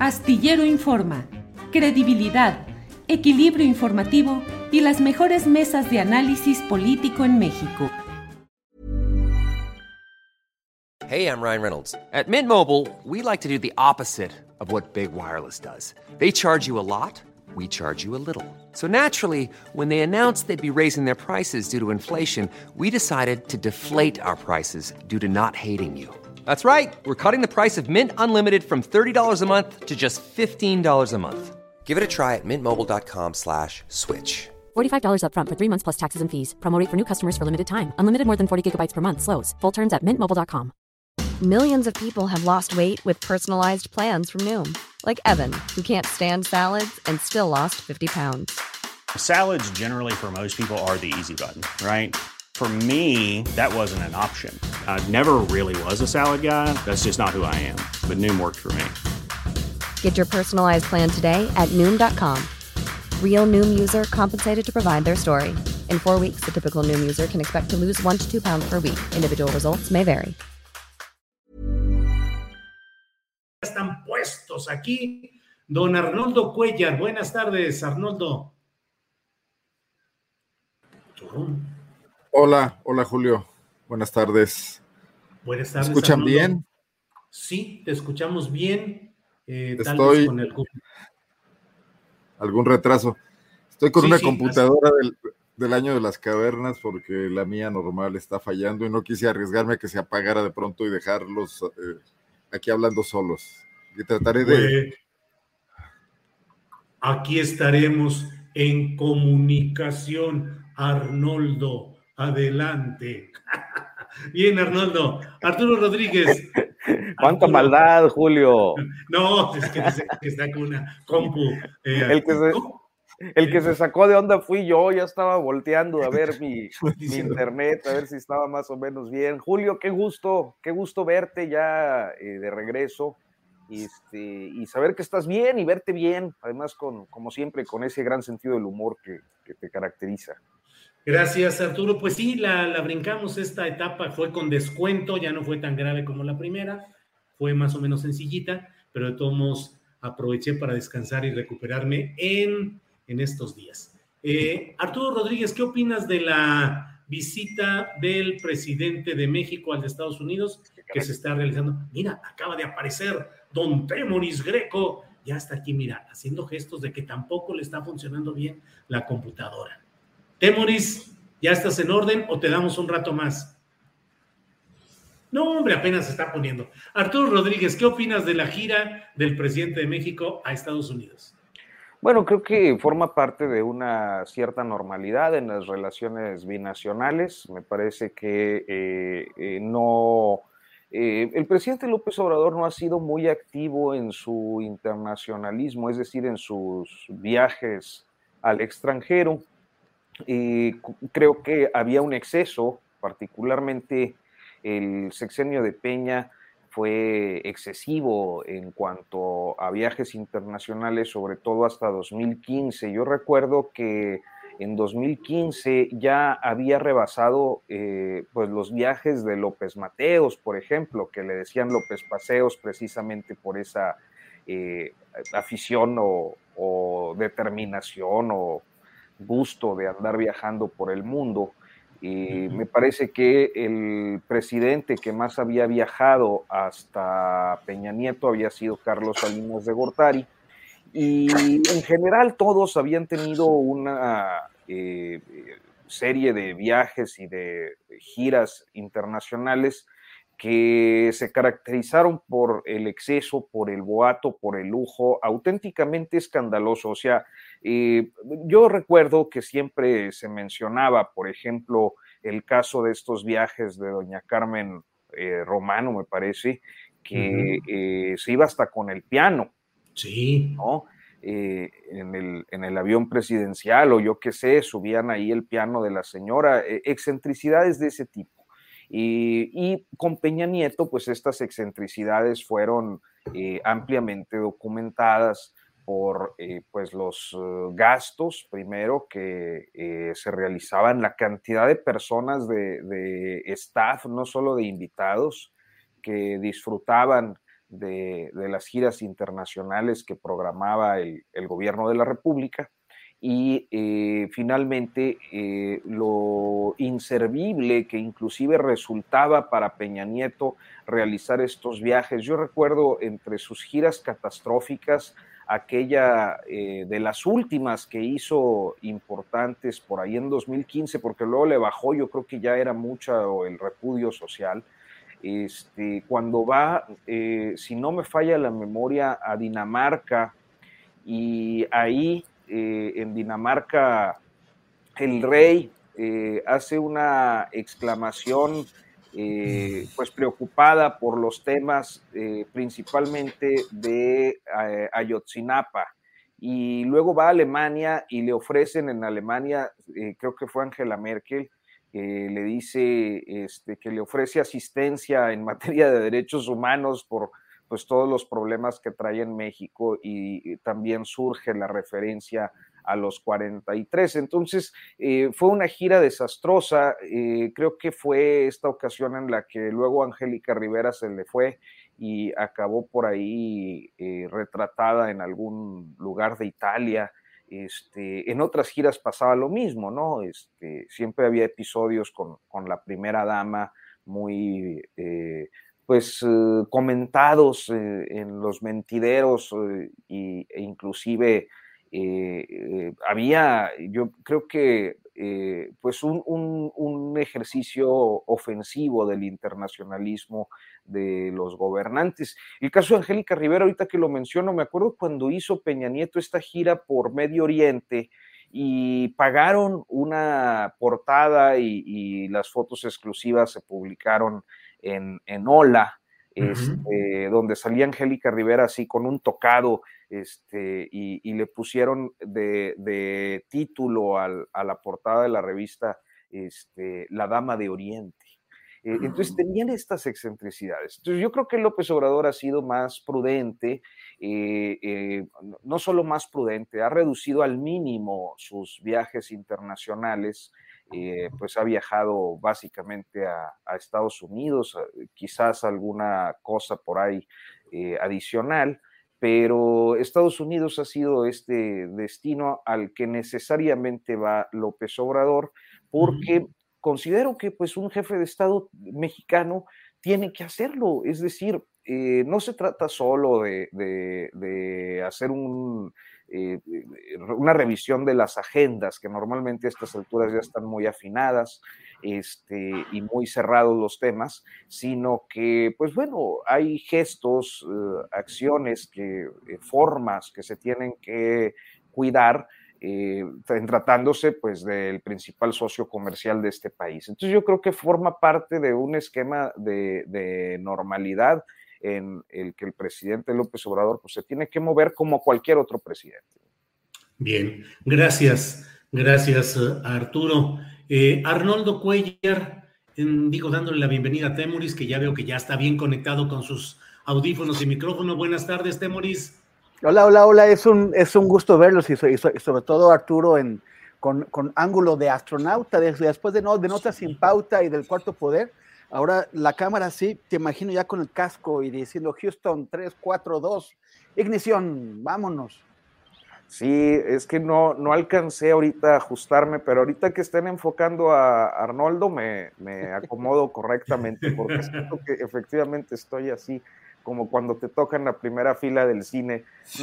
Astillero Informa, credibilidad, equilibrio informativo y las mejores mesas de análisis político en México. Hey, I'm Ryan Reynolds. At Mint Mobile, we like to do the opposite of what Big Wireless does. They charge you a lot, we charge you a little. So naturally, when they announced they'd be raising their prices due to inflation, we decided to deflate our prices due to not hating you. That's right. We're cutting the price of Mint Unlimited from $30 a month to just $15 a month. Give it a try at mintmobile.com/switch. $45 up front for 3 months plus taxes and fees. Promo rate for new customers for limited time. Unlimited more than 40 gigabytes per month. Slows full terms at mintmobile.com. Millions of people have lost weight with personalized plans from Noom. Like Evan, who can't stand salads and still lost 50 pounds. Salads generally for most people are the easy button, right? For me, that wasn't an option. I never really was a salad guy. That's just not who I am. But Noom worked for me. Get your personalized plan today at Noom.com. Real Noom user compensated to provide their story. In 4 weeks, the typical Noom user can expect to lose 1 to 2 pounds per week. Individual results may vary. Están puestos aquí. Don Arnoldo Cuellar. Buenas tardes, Arnoldo. Hola Julio, buenas tardes. Buenas tardes. ¿Me escuchan Arnoldo? bien? Sí, te escuchamos bien. Tal Estoy vez con algún retraso. Estoy con una Sí, computadora del año de las cavernas porque la mía normal está fallando y no quise arriesgarme a que se apagara de pronto y dejarlos aquí hablando solos. Y trataré de... Aquí estaremos en comunicación, Arnoldo. Adelante. Bien, Arnoldo. Arturo Rodríguez. ¡Cuánta Arturo. maldad, Julio! No, es que dice que está con una compu. El que se sacó de onda fui yo, ya estaba volteando a ver mi internet, a ver si estaba más o menos bien. Julio, qué gusto verte ya de regreso y saber que estás bien y verte bien, además como siempre con ese gran sentido del humor que te caracteriza. Gracias, Arturo. Pues sí, la brincamos esta etapa, fue con descuento, ya no fue tan grave como la primera, fue más o menos sencillita, pero de todos modos aproveché para descansar y recuperarme en estos días. Arturo Rodríguez, ¿qué opinas de la visita del presidente de México al de Estados Unidos que se está realizando? Mira, acaba de aparecer don Temoris Greco, ya está aquí, mira, haciendo gestos de que tampoco le está funcionando bien la computadora. Temoris, ¿ya estás en orden o te damos un rato más? No, hombre, apenas se está poniendo. Arturo Rodríguez, ¿qué opinas de la gira del presidente de México a Estados Unidos? Bueno, creo que forma parte de una cierta normalidad en las relaciones binacionales. Me parece que el presidente López Obrador no ha sido muy activo en su internacionalismo, es decir, en sus viajes al extranjero. Creo que había un exceso, particularmente el sexenio de Peña fue excesivo en cuanto a viajes internacionales, sobre todo hasta 2015. Yo recuerdo que en 2015 ya había rebasado pues los viajes de López Mateos, por ejemplo, que le decían López Paseos precisamente por esa afición o determinación o gusto de andar viajando por el mundo. Y me parece que el presidente que más había viajado hasta Peña Nieto había sido Carlos Salinas de Gortari, y en general todos habían tenido una serie de viajes y de giras internacionales que se caracterizaron por el exceso, por el boato, por el lujo, auténticamente escandaloso. O sea, yo recuerdo que siempre se mencionaba, por ejemplo, el caso de estos viajes de doña Carmen Romano, me parece, que se iba hasta con el piano. Sí. ¿No? En el avión presidencial o yo qué sé, subían ahí el piano de la señora, excentricidades de ese tipo. Y con Peña Nieto, pues estas excentricidades fueron ampliamente documentadas por pues los gastos, primero, que se realizaban, la cantidad de personas de staff, no solo de invitados, que disfrutaban de las giras internacionales que programaba el gobierno de la República, y finalmente lo inservible que inclusive resultaba para Peña Nieto realizar estos viajes. Yo recuerdo entre sus giras catastróficas, aquella de las últimas que hizo importantes por ahí en 2015, porque luego le bajó, yo creo que ya era mucho el repudio social, cuando va, si no me falla la memoria, a Dinamarca, y ahí en Dinamarca el rey hace una exclamación pues preocupada por los temas principalmente de Ayotzinapa, y luego va a Alemania y le ofrecen en Alemania, creo que fue Angela Merkel, le dice que le ofrece asistencia en materia de derechos humanos por pues todos los problemas que trae en México, y también surge la referencia a los 43. Entonces, fue una gira desastrosa. Creo que fue esta ocasión en la que luego Angélica Rivera se le fue y acabó por ahí retratada en algún lugar de Italia. En otras giras pasaba lo mismo, ¿no? Siempre había episodios con la primera dama muy comentados en los mentideros, e inclusive había, yo creo que pues un ejercicio ofensivo del internacionalismo de los gobernantes. El caso de Angélica Rivera, ahorita que lo menciono, me acuerdo cuando hizo Peña Nieto esta gira por Medio Oriente y pagaron una portada y las fotos exclusivas se publicaron en Hola, donde salía Angélica Rivera así con un tocado, y le pusieron de título a la portada de la revista La Dama de Oriente. Entonces tenían estas excentricidades. Entonces yo creo que López Obrador ha sido más prudente, no solo más prudente, ha reducido al mínimo sus viajes internacionales. Pues ha viajado básicamente a Estados Unidos, quizás alguna cosa por ahí adicional, pero Estados Unidos ha sido este destino al que necesariamente va López Obrador, porque considero que pues un jefe de Estado mexicano tiene que hacerlo. Es decir, no se trata solo de hacer una revisión de las agendas, que normalmente a estas alturas ya están muy afinadas y muy cerrados los temas, sino que, pues bueno, hay gestos, acciones, formas que se tienen que cuidar, tratándose pues del principal socio comercial de este país. Entonces yo creo que forma parte de un esquema de normalidad en el que el presidente López Obrador pues se tiene que mover como cualquier otro presidente. Bien, gracias Arturo. Arnoldo Cuellar, dándole la bienvenida a Temoris, que ya veo que ya está bien conectado con sus audífonos y micrófono. Buenas tardes, Temoris. Hola, es un gusto verlos, y sobre todo Arturo con ángulo de astronauta, después de Notas sin Pauta y del Cuarto Poder. Ahora la cámara sí, te imagino ya con el casco y diciendo Houston 3, 4, 2, ignición, vámonos. Sí, es que no alcancé ahorita a ajustarme, pero ahorita que estén enfocando a Arnoldo me acomodo correctamente, porque siento que efectivamente estoy así, como cuando te toca en la primera fila del cine.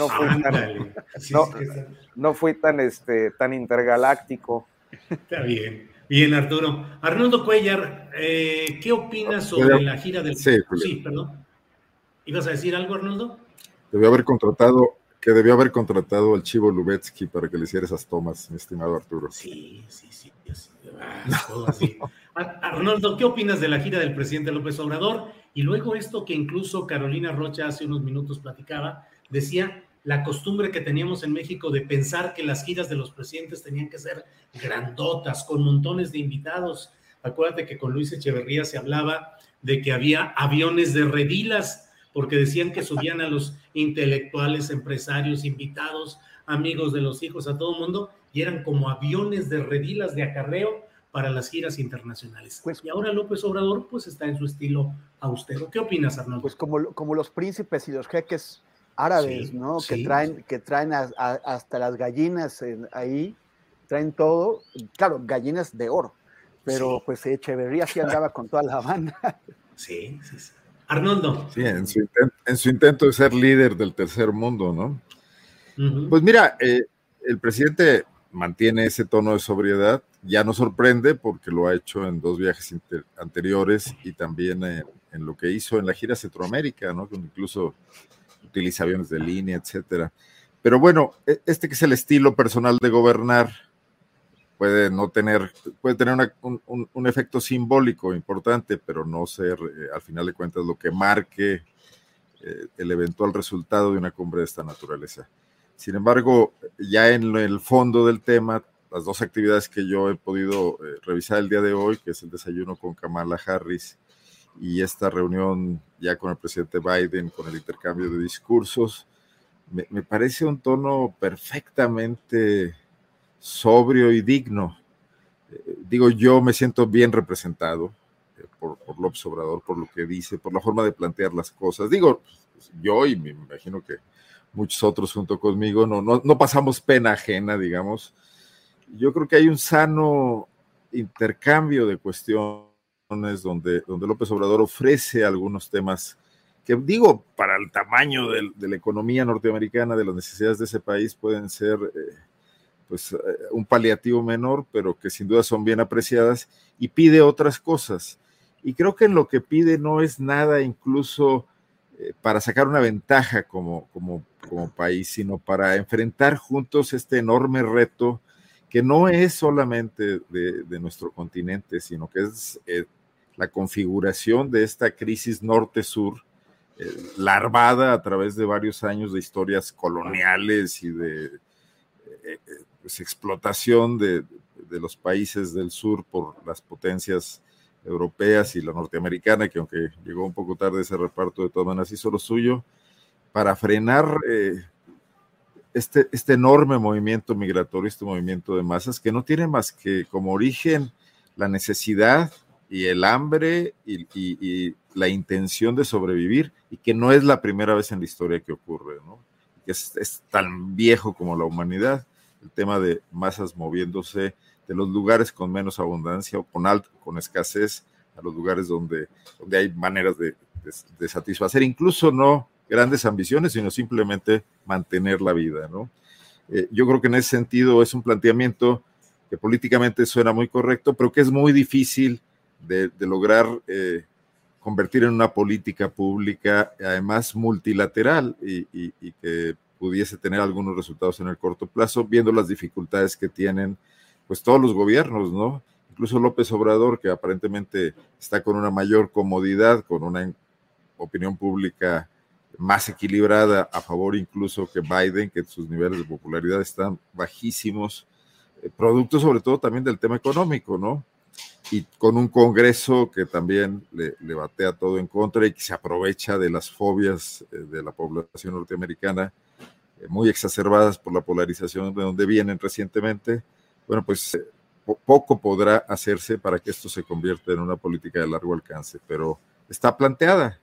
No fui tan intergaláctico. Está bien. Bien, Arturo. Arnoldo Cuellar, ¿qué opinas sobre la gira del... Sí, perdón. ¿Ibas a decir algo, Arnoldo? Debió haber contratado al Chivo Lubetsky para que le hiciera esas tomas, mi estimado Arturo. Sí. Todo así. Arnoldo, ¿qué opinas de la gira del presidente López Obrador? Y luego esto que incluso Carolina Rocha hace unos minutos platicaba, decía la costumbre que teníamos en México de pensar que las giras de los presidentes tenían que ser grandotas, con montones de invitados. Acuérdate que con Luis Echeverría se hablaba de que había aviones de redilas, porque decían que subían a los intelectuales, empresarios, invitados, amigos de los hijos, a todo el mundo, y eran como aviones de redilas de acarreo para las giras internacionales. Pues, y ahora López Obrador pues está en su estilo austero. ¿Qué opinas, Arnoldo? Pues como los príncipes y los jeques árabes, Sí, ¿no? sí. Que traen hasta las gallinas ahí, traen todo, claro, gallinas de oro, pero Sí. pues Echeverría sí andaba con toda la banda. Sí. Arnoldo. Sí, en su intento de ser líder del tercer mundo, ¿no? Uh-huh. Pues mira, el presidente mantiene ese tono de sobriedad, ya no sorprende porque lo ha hecho en 2 viajes anteriores y también en lo que hizo en la gira Centroamérica, ¿no? Donde incluso utiliza aviones de línea, etcétera. Pero bueno, que es el estilo personal de gobernar, puede tener un efecto simbólico importante, pero no ser, al final de cuentas, lo que marque el eventual resultado de una cumbre de esta naturaleza. Sin embargo, ya en el fondo del tema, las 2 actividades que yo he podido revisar el día de hoy, que es el desayuno con Kamala Harris y esta reunión ya con el presidente Biden, con el intercambio de discursos, me parece un tono perfectamente sobrio y digno. Digo, yo me siento bien representado por López Obrador, por lo que dice, por la forma de plantear las cosas. Digo, yo y me imagino que muchos otros junto conmigo no pasamos pena ajena, digamos. Yo creo que hay un sano intercambio de cuestiones donde López Obrador ofrece algunos temas que, digo, para el tamaño de la economía norteamericana, de las necesidades de ese país, pueden ser un paliativo menor, pero que sin duda son bien apreciadas, y pide otras cosas. Y creo que en lo que pide no es nada incluso para sacar una ventaja como país, sino para enfrentar juntos este enorme reto que no es solamente de nuestro continente, sino que es la configuración de esta crisis norte-sur, larvada a través de varios años de historias coloniales y de explotación de los países del sur por las potencias europeas y la norteamericana, que aunque llegó un poco tarde ese reparto, de todas maneras hizo lo suyo para frenar este enorme movimiento migratorio, este movimiento de masas que no tiene más que como origen la necesidad y el hambre y la intención de sobrevivir, y que no es la primera vez en la historia que ocurre, ¿no? Que es tan viejo como la humanidad, el tema de masas moviéndose de los lugares con menos abundancia o con escasez a los lugares donde hay maneras de satisfacer, incluso no grandes ambiciones, sino simplemente mantener la vida, ¿no? Yo creo que en ese sentido es un planteamiento que políticamente suena muy correcto, pero que es muy difícil de lograr convertir en una política pública, además multilateral, y que pudiese tener algunos resultados en el corto plazo, viendo las dificultades que tienen pues todos los gobiernos, ¿no? Incluso López Obrador, que aparentemente está con una mayor comodidad, con una opinión pública más equilibrada a favor incluso que Biden, que sus niveles de popularidad están bajísimos, producto sobre todo también del tema económico, ¿no? Y con un Congreso que también le batea todo en contra y que se aprovecha de las fobias de la población norteamericana, muy exacerbadas por la polarización de donde vienen recientemente. Bueno, pues poco podrá hacerse para que esto se convierta en una política de largo alcance, pero está planteada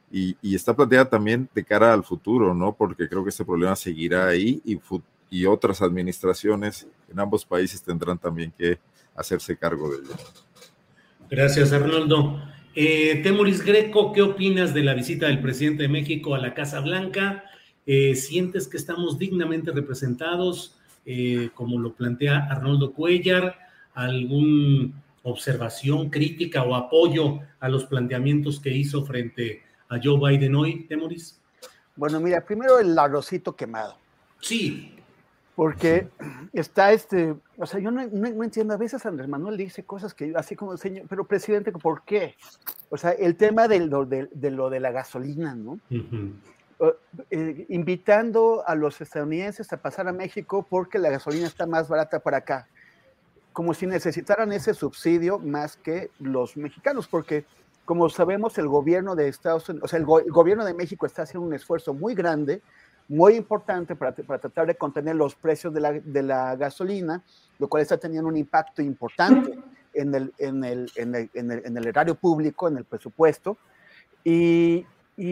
y está planteada también de cara al futuro, ¿no? Porque creo que este problema seguirá ahí y otras administraciones en ambos países tendrán también que hacerse cargo de ello. Gracias, Arnoldo. Temoris Greco, ¿qué opinas de la visita del presidente de México a la Casa Blanca? ¿Sientes que estamos dignamente representados, como lo plantea Arnoldo Cuellar? ¿Alguna observación, crítica o apoyo a los planteamientos que hizo frente a Joe Biden hoy, Temoris? Bueno, mira, primero el arrocito quemado. Sí. Porque está o sea, yo no entiendo, a veces Andrés Manuel dice cosas que así como, señor, pero presidente, ¿por qué? O sea, el tema de lo de la gasolina, ¿no? Uh-huh. Invitando a los estadounidenses a pasar a México porque la gasolina está más barata para acá, como si necesitaran ese subsidio más que los mexicanos, porque como sabemos el gobierno de Estados Unidos, o sea, el gobierno de México está haciendo un esfuerzo muy grande, muy importante para tratar de contener los precios de la gasolina, lo cual está teniendo un impacto importante en el erario público, en el presupuesto, y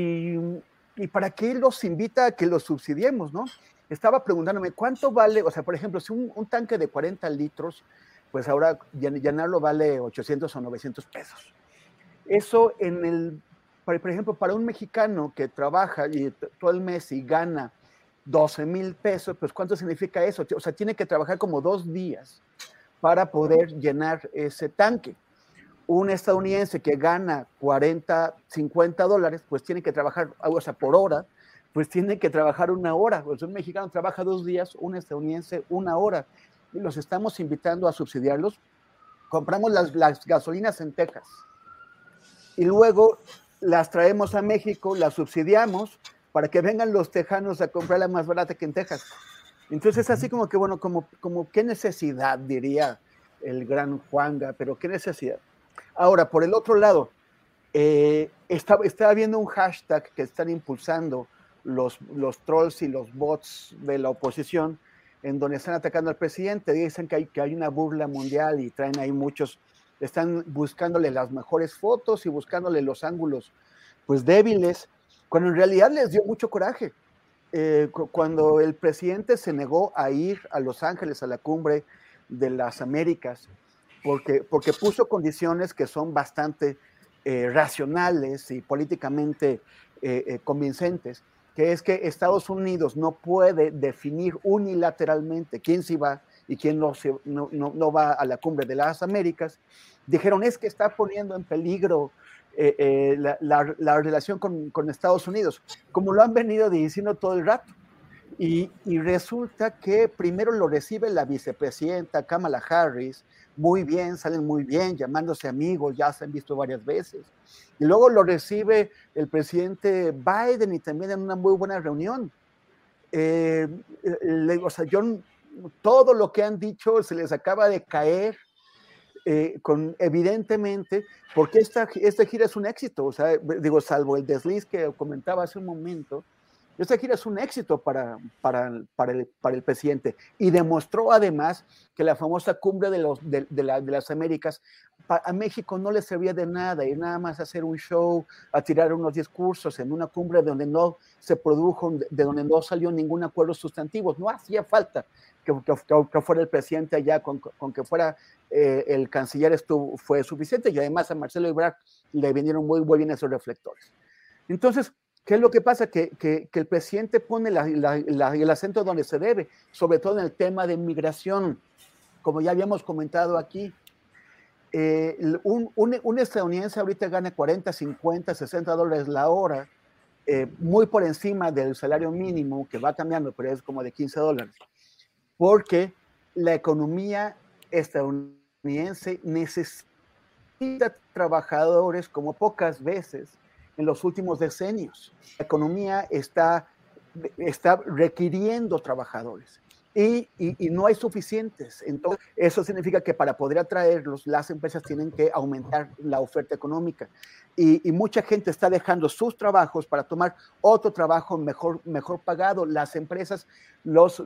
para qué los invita a que los subsidiemos, ¿no? Estaba preguntándome, ¿cuánto vale? O sea, por ejemplo, si un tanque de 40 litros, pues ahora llenarlo vale 800 o 900 pesos. Eso por ejemplo, para un mexicano que trabaja todo el mes y gana 12,000 pesos, pues ¿cuánto significa eso? O sea, tiene que trabajar como 2 días para poder llenar ese tanque. Un estadounidense que gana 40, 50 dólares, pues tiene que trabajar, o sea, por hora, pues tiene que trabajar 1 hora. Pues un mexicano trabaja 2 días, un estadounidense 1 hora. Y los estamos invitando a subsidiarlos. Compramos las gasolinas en Texas y luego las traemos a México, las subsidiamos para que vengan los tejanos a comprarla más barata que en Texas. Entonces es así como que, bueno, como qué necesidad, diría el gran Juanga, pero qué necesidad. Ahora, por el otro lado, está habiendo un hashtag que están impulsando los trolls y los bots de la oposición, en donde están atacando al presidente. Dicen que hay una burla mundial y traen ahí muchos, están buscándole las mejores fotos y buscándole los ángulos pues débiles, cuando en realidad les dio mucho coraje. Cuando el presidente se negó a ir a Los Ángeles a la cumbre de las Américas, porque puso condiciones que son bastante racionales y políticamente convincentes, que es que Estados Unidos no puede definir unilateralmente quién sí va y quién no va a la cumbre de las Américas. Dijeron, es que está poniendo en peligro la relación con Estados Unidos, como lo han venido diciendo todo el rato. Y resulta que primero lo recibe la vicepresidenta Kamala Harris, muy bien, salen muy bien, llamándose amigos, ya se han visto varias veces. Y luego lo recibe el presidente Biden y también en una muy buena reunión. O sea, todo lo que han dicho se les acaba de caer, evidentemente, porque esta gira es un éxito. O sea, digo, salvo el desliz que comentaba hace un momento, esta gira es un éxito para el presidente, y demostró además que la famosa cumbre de las Américas a México no le servía de nada, y nada más hacer un show, a tirar unos discursos en una cumbre donde no se produjo, de donde no salió ningún acuerdo sustantivo. No hacía falta que fuera el presidente allá, con que fuera el canciller fue suficiente, y además a Marcelo Ebrard le vinieron muy bien esos reflectores. Entonces, ¿qué es lo que pasa? Que el presidente pone el acento donde se debe, sobre todo en el tema de migración. Como ya habíamos comentado aquí, un estadounidense ahorita gana 40, 50, 60 dólares la hora, muy por encima del salario mínimo, que va cambiando, pero es como de 15 dólares, porque la economía estadounidense necesita trabajadores como pocas veces en los últimos decenios. La economía está requiriendo trabajadores y no hay suficientes. Entonces, eso significa que para poder atraerlos, las empresas tienen que aumentar la oferta económica. Y mucha gente está dejando sus trabajos para tomar otro trabajo mejor pagado. Las empresas, las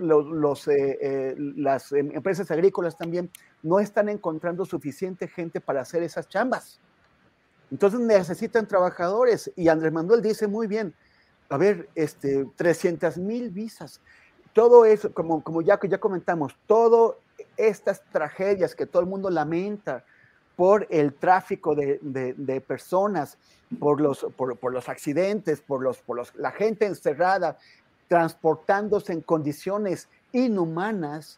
empresas agrícolas también no están encontrando suficiente gente para hacer esas chambas. Entonces necesitan trabajadores, y Andrés Manuel dice muy bien, a ver, 300,000 visas, todo eso, como ya comentamos, todas estas tragedias que todo el mundo lamenta por el tráfico de personas, por los accidentes, por la gente encerrada, transportándose en condiciones inhumanas,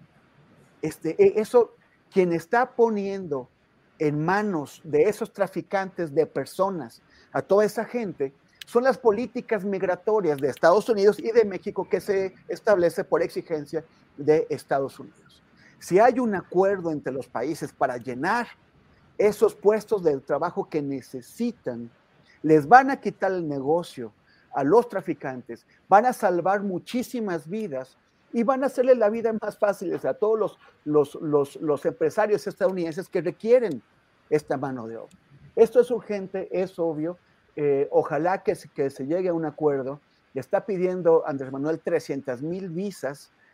eso, quien está poniendo en manos de esos traficantes de personas a toda esa gente, son las políticas migratorias de Estados Unidos y de México, que se establece por exigencia de Estados Unidos. Si hay un acuerdo entre los países para llenar esos puestos de trabajo que necesitan, les van a quitar el negocio a los traficantes, van a salvar muchísimas vidas y van a hacerle la vida más fácil a todos los empresarios estadounidenses que requieren esta mano de obra. Esto es urgente, es obvio. Ojalá que se llegue a un acuerdo. Le está pidiendo Andrés Manuel 300,000 visas,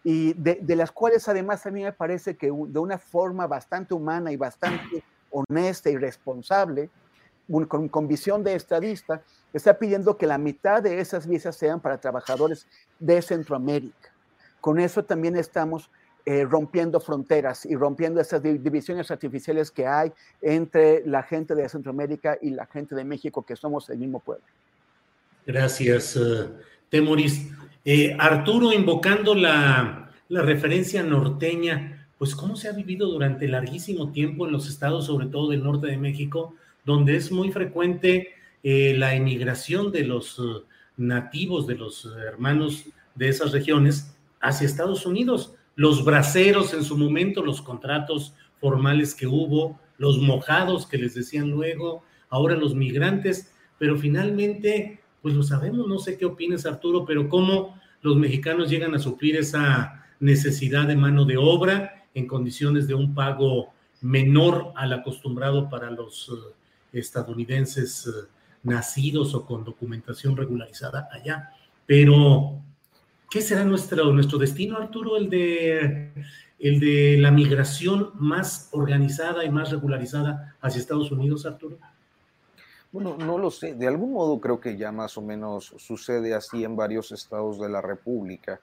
y de las cuales además a mí me parece que de una forma bastante humana y bastante honesta y responsable, con visión de estadista, está pidiendo que la mitad de esas visas sean para trabajadores de Centroamérica. Con eso también estamos rompiendo fronteras y rompiendo esas divisiones artificiales que hay entre la gente de Centroamérica y la gente de México, que somos el mismo pueblo. Gracias, Temoris. Arturo, invocando la referencia norteña, pues cómo se ha vivido durante larguísimo tiempo en los estados, sobre todo del norte de México, donde es muy frecuente la emigración de los nativos, de los hermanos de esas regiones hacia Estados Unidos. Los braceros en su momento, los contratos formales que hubo, los mojados que les decían luego, ahora los migrantes, pero finalmente, pues lo sabemos, no sé qué opines, Arturo, pero cómo los mexicanos llegan a suplir esa necesidad de mano de obra en condiciones de un pago menor al acostumbrado para los estadounidenses nacidos o con documentación regularizada allá. Pero, ¿qué será nuestro destino, Arturo? ¿El de la migración más organizada y más regularizada hacia Estados Unidos, Arturo? Bueno, no lo sé. De algún modo creo que ya más o menos sucede así en varios estados de la República,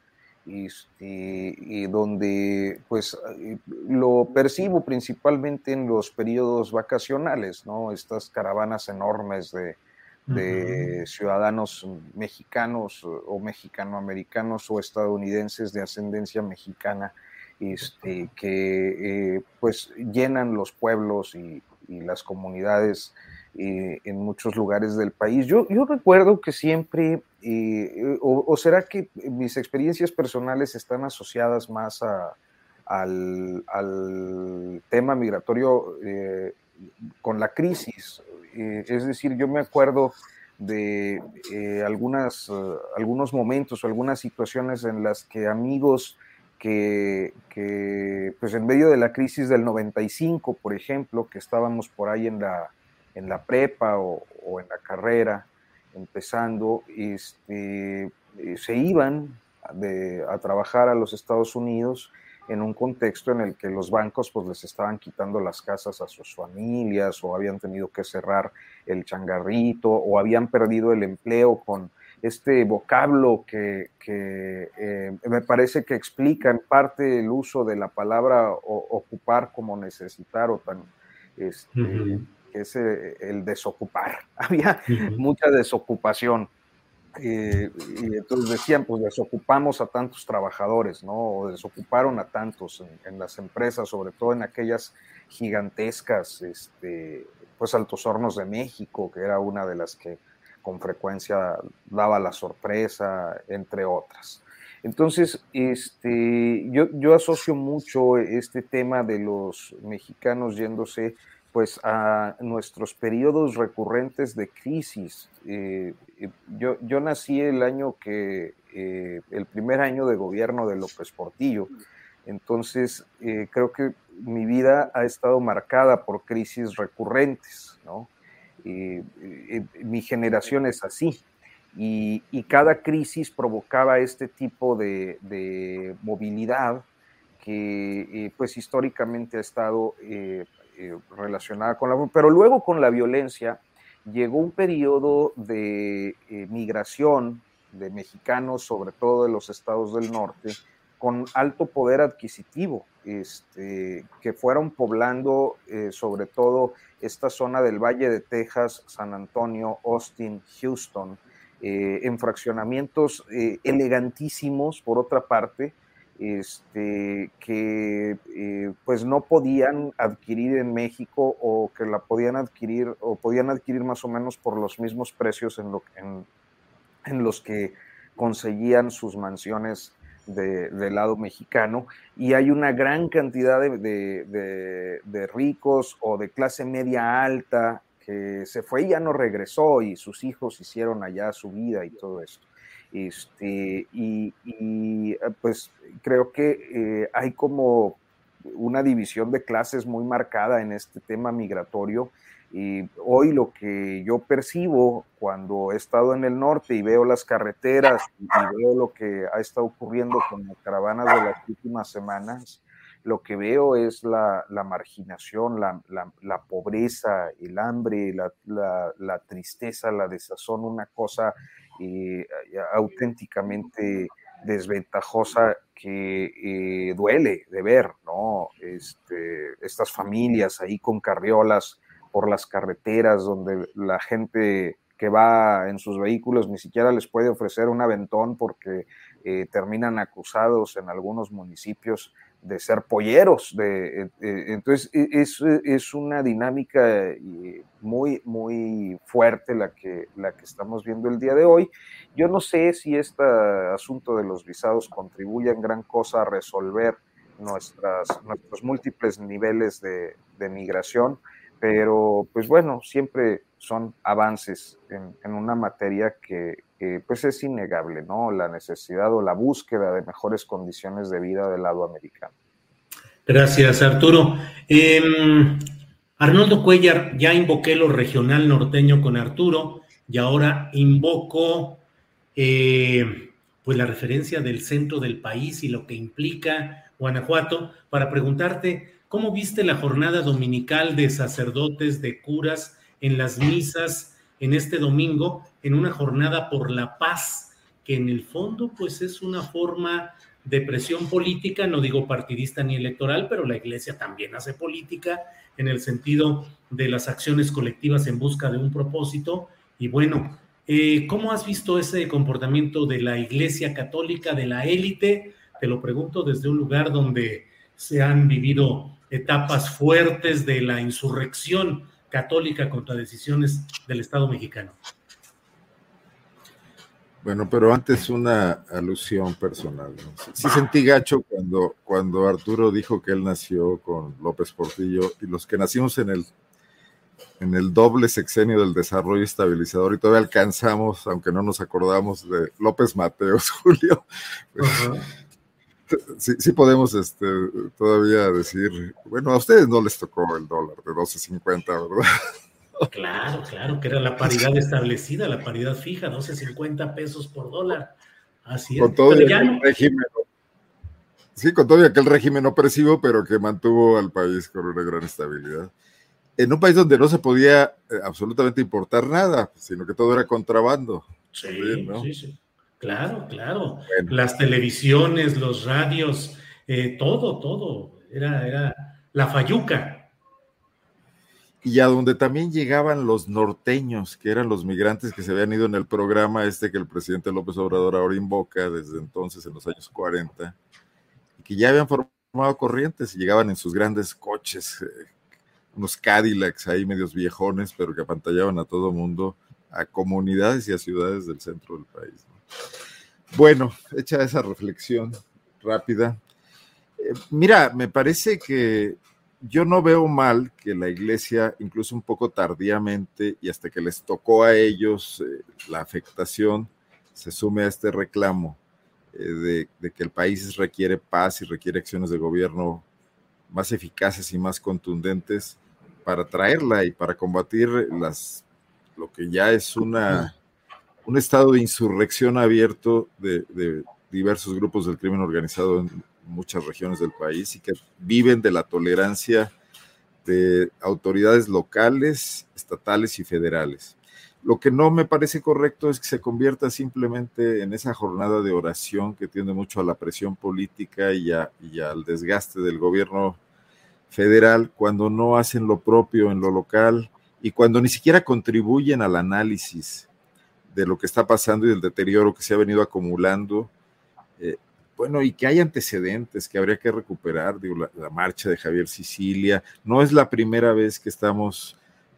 y donde pues lo percibo principalmente en los periodos vacacionales, ¿no? Estas caravanas enormes de ciudadanos mexicanos o mexicanoamericanos o estadounidenses de ascendencia mexicana, que pues llenan los pueblos y las comunidades en muchos lugares del país. Yo recuerdo que siempre, o será que mis experiencias personales están asociadas más al tema migratorio con la crisis. Es decir, yo me acuerdo de algunos momentos o algunas situaciones en las que amigos que pues en medio de la crisis del 95, por ejemplo, que estábamos por ahí en la prepa o en la carrera, empezando, se iban a trabajar a los Estados Unidos en un contexto en el que los bancos pues les estaban quitando las casas a sus familias, o habían tenido que cerrar el changarrito, o habían perdido el empleo con este vocablo que me parece que explica en parte el uso de la palabra ocupar como necesitar, o tan que es el desocupar. Había mucha desocupación. Y entonces decían, pues desocupamos a tantos trabajadores, ¿no? O desocuparon a tantos en las empresas, sobre todo en aquellas gigantescas, pues Altos Hornos de México, que era una de las que con frecuencia daba la sorpresa, entre otras. Entonces, yo asocio mucho este tema de los mexicanos yéndose pues a nuestros periodos recurrentes de crisis. Yo nací el año el primer año de gobierno de López Portillo, entonces creo que mi vida ha estado marcada por crisis recurrentes, ¿no? Mi generación es así, y cada crisis provocaba este tipo de movilidad que pues históricamente ha estado relacionada con pero luego con la violencia llegó un periodo de migración de mexicanos, sobre todo de los estados del norte, con alto poder adquisitivo, que fueron poblando sobre todo esta zona del Valle de Texas, San Antonio, Austin, Houston, en fraccionamientos elegantísimos, por otra parte, que pues no podían adquirir en México, o que la podían adquirir más o menos por los mismos precios en los que conseguían sus mansiones del lado mexicano. Y hay una gran cantidad de ricos o de clase media alta que se fue y ya no regresó, y sus hijos hicieron allá su vida y todo esto. Pues creo que hay como una división de clases muy marcada en este tema migratorio. Y hoy lo que yo percibo cuando he estado en el norte y veo las carreteras y veo lo que ha estado ocurriendo con las caravanas de las últimas semanas, lo que veo es la marginación, la pobreza, el hambre, la tristeza, la desazón, una cosa auténticamente desventajosa que duele de ver, ¿no? Estas familias ahí con carriolas por las carreteras, donde la gente que va en sus vehículos ni siquiera les puede ofrecer un aventón porque terminan acusados en algunos municipios de ser polleros. Entonces es una dinámica muy, muy fuerte la que estamos viendo el día de hoy. Yo no sé si este asunto de los visados contribuye en gran cosa a resolver nuestros múltiples niveles de migración, pero pues bueno, siempre son avances en una materia que pues es innegable, ¿no? La necesidad o la búsqueda de mejores condiciones de vida del lado americano. Gracias, Arturo. Arnoldo Cuellar, ya invoqué lo regional norteño con Arturo y ahora invoco pues la referencia del centro del país y lo que implica Guanajuato para preguntarte ¿cómo viste la jornada dominical de sacerdotes, de curas en las misas en este domingo, en una jornada por la paz, que en el fondo pues es una forma de presión política, no digo partidista ni electoral, pero la Iglesia también hace política en el sentido de las acciones colectivas en busca de un propósito? Y bueno, ¿cómo has visto ese comportamiento de la Iglesia Católica, de la élite? Te lo pregunto desde un lugar donde se han vivido etapas fuertes de la insurrección católica contra decisiones del Estado mexicano. Bueno, pero antes una alusión personal, ¿no? Sí sentí gacho cuando Arturo dijo que él nació con López Portillo, y los que nacimos en el doble sexenio del desarrollo estabilizador y todavía alcanzamos, aunque no nos acordamos, de López Mateos, Julio. Uh-huh. Sí podemos todavía decir, bueno, a ustedes no les tocó el dólar de 12.50, ¿verdad? Claro, que era la paridad establecida, la paridad fija, 12.50 pesos por dólar. Así es. Con todo régimen, sí, con todo aquel régimen opresivo, pero que mantuvo al país con una gran estabilidad. En un país donde no se podía absolutamente importar nada, sino que todo era contrabando. Sí, también, ¿no? Sí. Claro. Bueno. Las televisiones, los radios, todo. Era la fayuca. Y a donde también llegaban los norteños, que eran los migrantes que se habían ido en el programa que el presidente López Obrador ahora invoca desde entonces, en los años 40, y que ya habían formado corrientes y llegaban en sus grandes coches, unos Cadillacs ahí medios viejones, pero que apantallaban a todo mundo, a comunidades y a ciudades del centro del país, ¿no? Bueno, hecha esa reflexión rápida, mira, me parece que yo no veo mal que la Iglesia, incluso un poco tardíamente, y hasta que les tocó a ellos la afectación, se sume a este reclamo de que el país requiere paz y requiere acciones de gobierno más eficaces y más contundentes para traerla y para combatir lo que ya es un estado de insurrección abierto de diversos grupos del crimen organizado en muchas regiones del país y que viven de la tolerancia de autoridades locales, estatales y federales. Lo que no me parece correcto es que se convierta simplemente en esa jornada de oración que tiende mucho a la presión política y al desgaste del gobierno federal, cuando no hacen lo propio en lo local y cuando ni siquiera contribuyen al análisis de lo que está pasando y del deterioro que se ha venido acumulando. Bueno, y que hay antecedentes que habría que recuperar, digo, la marcha de Javier Sicilia. No es la primera vez que estamos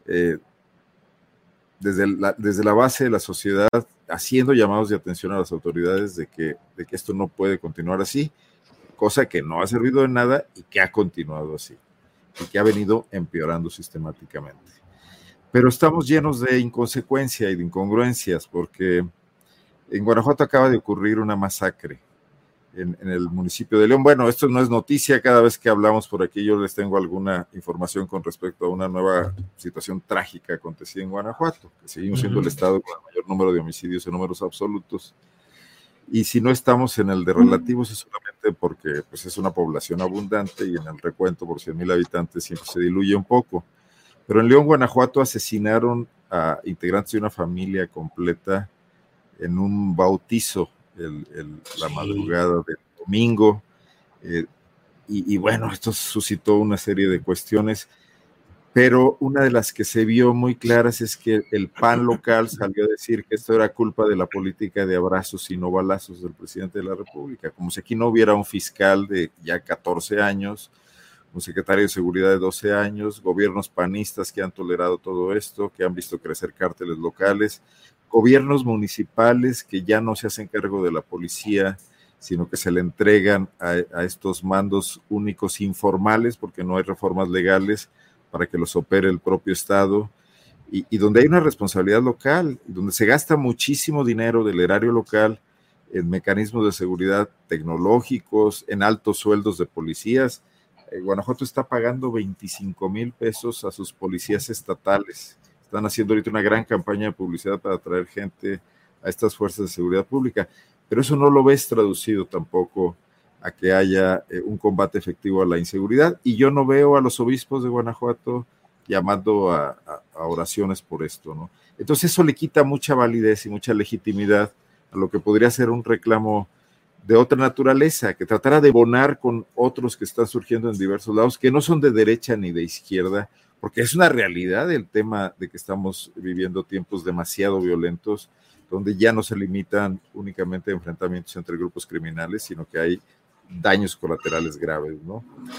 desde la base de la sociedad haciendo llamados de atención a las autoridades de que esto no puede continuar así, cosa que no ha servido de nada y que ha continuado así, y que ha venido empeorando sistemáticamente. Pero estamos llenos de inconsecuencia y de incongruencias, porque en Guanajuato acaba de ocurrir una masacre en el municipio de León. Bueno, esto no es noticia, cada vez que hablamos por aquí yo les tengo alguna información con respecto a una nueva situación trágica acontecida en Guanajuato, que seguimos siendo el estado con el mayor número de homicidios en números absolutos. Y si no estamos en el de relativos es solamente porque pues, es una población abundante y en el recuento por 100,000 habitantes siempre se diluye un poco. Pero en León, Guanajuato, asesinaron a integrantes de una familia completa en un bautizo la madrugada del domingo. Y bueno, esto suscitó una serie de cuestiones, pero una de las que se vio muy claras es que el PAN local salió a decir que esto era culpa de la política de abrazos y no balazos del presidente de la República, como si aquí no hubiera un fiscal de ya 14 años, un secretario de seguridad de 12 años, gobiernos panistas que han tolerado todo esto, que han visto crecer cárteles locales, gobiernos municipales que ya no se hacen cargo de la policía, sino que se le entregan a estos mandos únicos informales, porque no hay reformas legales para que los opere el propio Estado, y donde hay una responsabilidad local, donde se gasta muchísimo dinero del erario local en mecanismos de seguridad tecnológicos, en altos sueldos de policías. Guanajuato está pagando 25,000 pesos a sus policías estatales. Están haciendo ahorita una gran campaña de publicidad para atraer gente a estas fuerzas de seguridad pública, pero eso no lo ves traducido tampoco a que haya un combate efectivo a la inseguridad, y yo no veo a los obispos de Guanajuato llamando a oraciones por esto, ¿no? Entonces eso le quita mucha validez y mucha legitimidad a lo que podría ser un reclamo de otra naturaleza, que tratara de bonar con otros que están surgiendo en diversos lados, que no son de derecha ni de izquierda, porque es una realidad el tema de que estamos viviendo tiempos demasiado violentos, donde ya no se limitan únicamente a enfrentamientos entre grupos criminales, sino que hay daños colaterales graves, ¿no?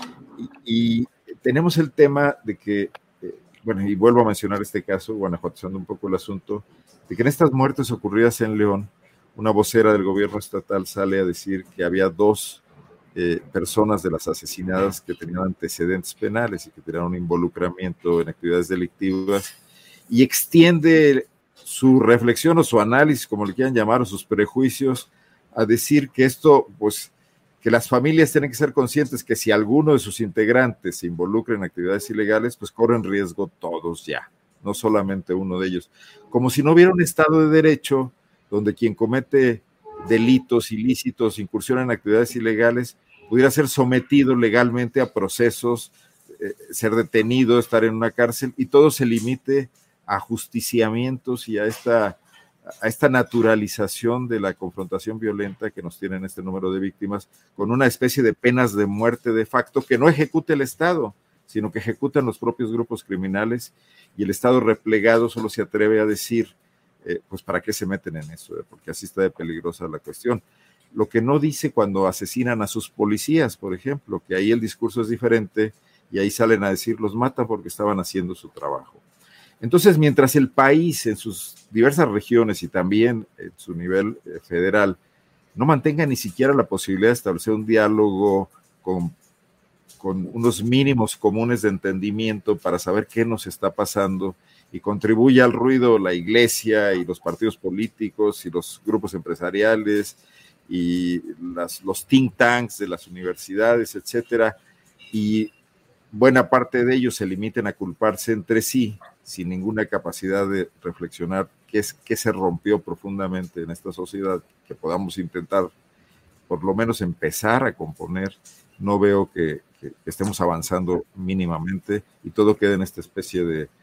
Y tenemos el tema de que, bueno, y vuelvo a mencionar este caso, guanajuateando un poco el asunto, de que en estas muertes ocurridas en León, una vocera del gobierno estatal sale a decir que había 2 personas de las asesinadas que tenían antecedentes penales y que tenían un involucramiento en actividades delictivas, y extiende su reflexión o su análisis, como le quieran llamar, o sus prejuicios, a decir que esto, pues, que las familias tienen que ser conscientes que si alguno de sus integrantes se involucra en actividades ilegales, pues corren riesgo todos ya, no solamente uno de ellos. Como si no hubiera un Estado de Derecho donde quien comete delitos ilícitos, incursión en actividades ilegales, pudiera ser sometido legalmente a procesos, ser detenido, estar en una cárcel, y todo se limite a justiciamientos y a esta naturalización de la confrontación violenta que nos tienen este número de víctimas, con una especie de penas de muerte de facto que no ejecuta el Estado, sino que ejecutan los propios grupos criminales, y el Estado replegado solo se atreve a decir, pues ¿para qué se meten en eso? Porque así está de peligrosa la cuestión. Lo que no dice cuando asesinan a sus policías, por ejemplo, que ahí el discurso es diferente, y ahí salen a decir, los matan porque estaban haciendo su trabajo. Entonces, mientras el país en sus diversas regiones y también en su nivel federal no mantenga ni siquiera la posibilidad de establecer un diálogo con unos mínimos comunes de entendimiento para saber qué nos está pasando, y contribuye al ruido la iglesia y los partidos políticos y los grupos empresariales y los think tanks de las universidades, etcétera, y buena parte de ellos se limiten a culparse entre sí, sin ninguna capacidad de reflexionar qué se rompió profundamente en esta sociedad, que podamos intentar por lo menos empezar a componer. No veo que estemos avanzando mínimamente, y todo queda en esta especie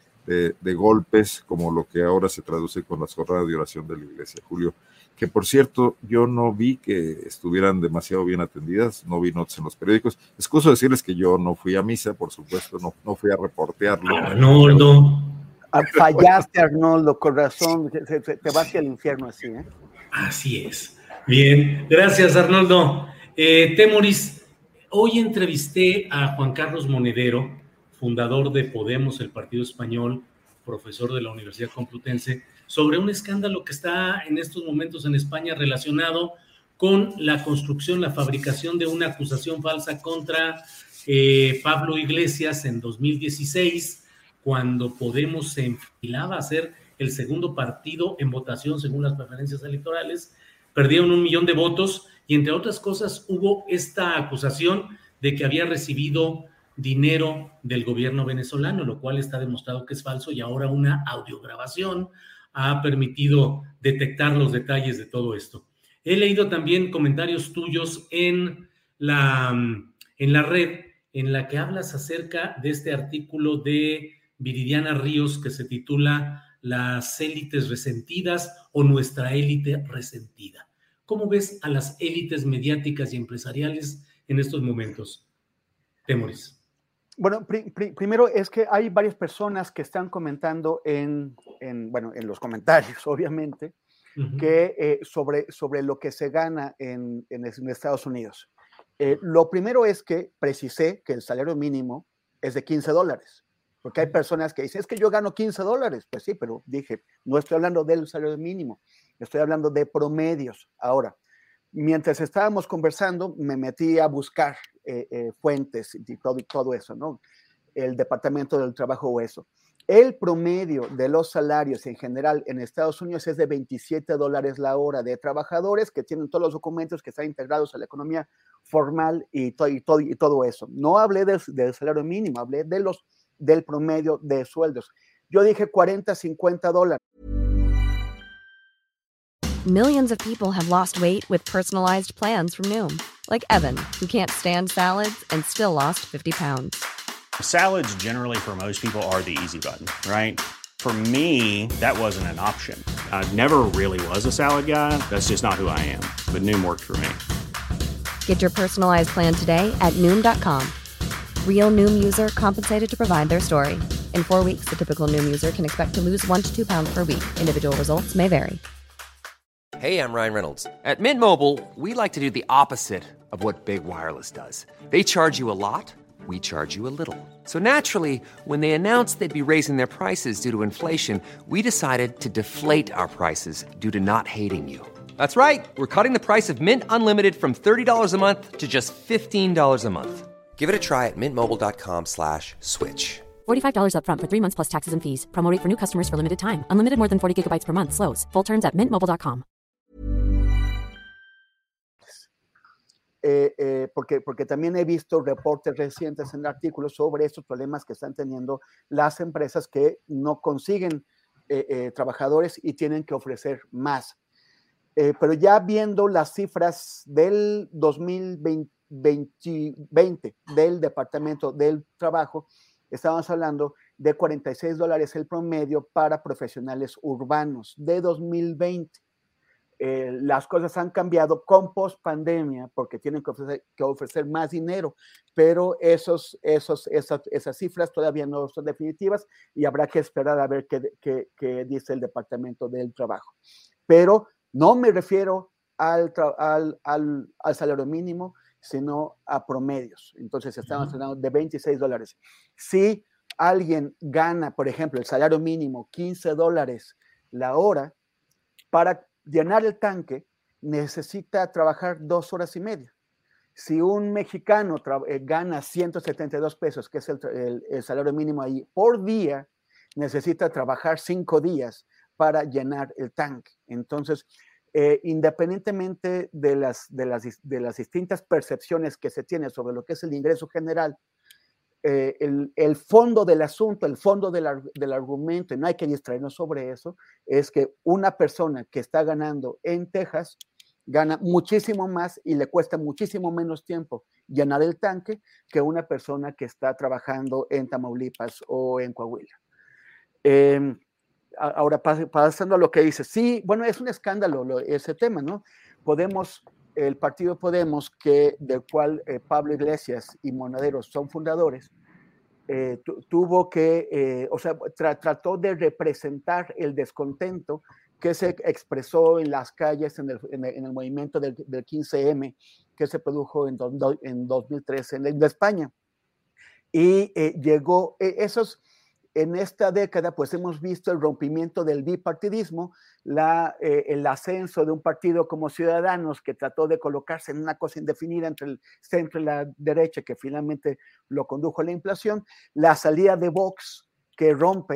de golpes, como lo que ahora se traduce con las jornadas de oración de la iglesia, Julio, que por cierto yo no vi que estuvieran demasiado bien atendidas, no vi notas en los periódicos. Excuso decirles que yo no fui a misa, por supuesto, no fui a reportearlo. Arnoldo. Fallaste, Arnoldo, con razón, te vas hacia el infierno así, ¿eh? Así es. Bien, gracias, Arnoldo. Temoris, hoy entrevisté a Juan Carlos Monedero, fundador de Podemos, el partido español, profesor de la Universidad Complutense, sobre un escándalo que está en estos momentos en España relacionado con la construcción, la fabricación de una acusación falsa contra Pablo Iglesias en 2016, cuando Podemos se enfilaba a ser el segundo partido en votación según las preferencias electorales. Perdieron 1 millón de votos y entre otras cosas hubo esta acusación de que había recibido dinero del gobierno venezolano, lo cual está demostrado que es falso, y ahora una audiograbación ha permitido detectar los detalles de todo esto. He leído también comentarios tuyos en la red, en la que hablas acerca de este artículo de Viridiana Ríos que se titula Las élites resentidas o nuestra élite resentida. ¿Cómo ves a las élites mediáticas y empresariales en estos momentos, Temoris? Bueno, primero es que hay varias personas que están comentando en los comentarios, obviamente, que sobre lo que se gana en Estados Unidos. Lo primero es que precisé que el salario mínimo es de $15, porque hay personas que dicen, es que yo gano $15. Pues sí, pero dije, no estoy hablando del salario mínimo, estoy hablando de promedios. Ahora, mientras estábamos conversando, me metí a buscar fuentes y todo eso, ¿no? El Departamento del Trabajo o eso. El promedio de los salarios en general en Estados Unidos es de $27 la hora de trabajadores que tienen todos los documentos que están integrados a la economía formal y todo eso. No hablé del salario mínimo, hablé del promedio de sueldos. Yo dije $40-50. Millions of people have lost weight with personalized plans from Noom, like Evan, who can't stand salads and still lost 50 pounds. Salads generally for most people are the easy button, right? For me, that wasn't an option. I never really was a salad guy. That's just not who I am. But Noom worked for me. Get your personalized plan today at Noom.com. Real Noom user compensated to provide their story. In 4 weeks, the typical Noom user can expect to lose 1 to 2 pounds per week. Individual results may vary. Hey, I'm Ryan Reynolds. At Mint Mobile, we like to do the opposite of what Big Wireless does. They charge you a lot. We charge you a little. So naturally, when they announced they'd be raising their prices due to inflation, we decided to deflate our prices due to not hating you. That's right. We're cutting the price of Mint Unlimited from $30 a month to just $15 a month. Give it a try at mintmobile.com/switch. $45 up front for 3 months plus taxes and fees. Promo rate for new customers for limited time. Unlimited more than 40 gigabytes per month. Slows full terms at mintmobile.com. Porque también he visto reportes recientes en artículos sobre estos problemas que están teniendo las empresas que no consiguen trabajadores y tienen que ofrecer más. Pero ya viendo las cifras del 2020 del Departamento del Trabajo, estábamos hablando de $46 el promedio para profesionales urbanos de 2020. Las cosas han cambiado con post-pandemia porque tienen que ofrecer más dinero, pero esas cifras todavía no son definitivas y habrá que esperar a ver qué dice el Departamento del Trabajo. Pero no me refiero al salario mínimo, sino a promedios. Entonces estamos hablando de $26. Si alguien gana, por ejemplo, el salario mínimo $15 la hora, para llenar el tanque necesita trabajar 2 horas y media. Si un mexicano gana 172 pesos, que es el salario mínimo ahí, por día, necesita trabajar 5 días para llenar el tanque. Entonces, independientemente de las distintas percepciones que se tiene sobre lo que es el ingreso general, el fondo del asunto, el fondo del argumento, y no hay que distraernos sobre eso, es que una persona que está ganando en Texas gana muchísimo más y le cuesta muchísimo menos tiempo llenar el tanque que una persona que está trabajando en Tamaulipas o en Coahuila. Ahora, pasando a lo que dice, sí, bueno, es un escándalo ese tema, ¿no? El partido Podemos, del cual Pablo Iglesias y Monedero son fundadores, tuvo que, trató de representar el descontento que se expresó en las calles en el movimiento del 15M que se produjo en 2013 en España. Y llegó, en esta década, pues hemos visto el rompimiento del bipartidismo, el ascenso de un partido como Ciudadanos que trató de colocarse en una cosa indefinida entre el centro y la derecha, que finalmente lo condujo a la inflación, la salida de Vox, que rompe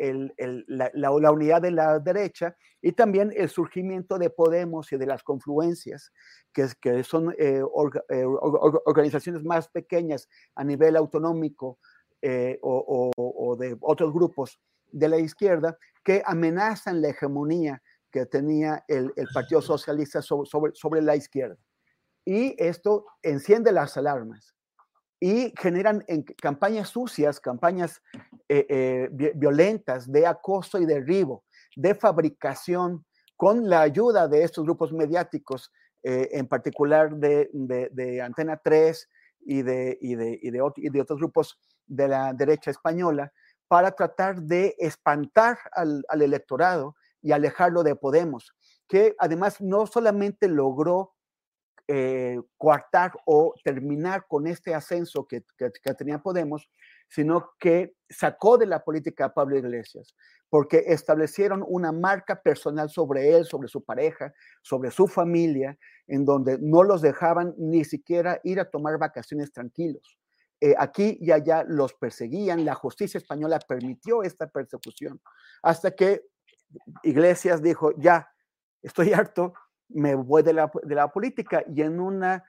la unidad de la derecha y también el surgimiento de Podemos y de las confluencias, que son organizaciones más pequeñas a nivel autonómico o de otros grupos de la izquierda que amenazan la hegemonía que tenía el Partido Socialista sobre la izquierda. Y esto enciende las alarmas y generan campañas sucias, campañas violentas de acoso y derribo, de fabricación, con la ayuda de estos grupos mediáticos, en particular de Antena 3 y de otros grupos de la derecha española, para tratar de espantar al electorado y alejarlo de Podemos, que además no solamente logró coartar o terminar con este ascenso que tenía Podemos, sino que sacó de la política a Pablo Iglesias, porque establecieron una marca personal sobre él, sobre su pareja, sobre su familia, en donde no los dejaban ni siquiera ir a tomar vacaciones tranquilos. Aquí y allá los perseguían, la justicia española permitió esta persecución, hasta que Iglesias dijo, ya, estoy harto, me voy de la política, y de una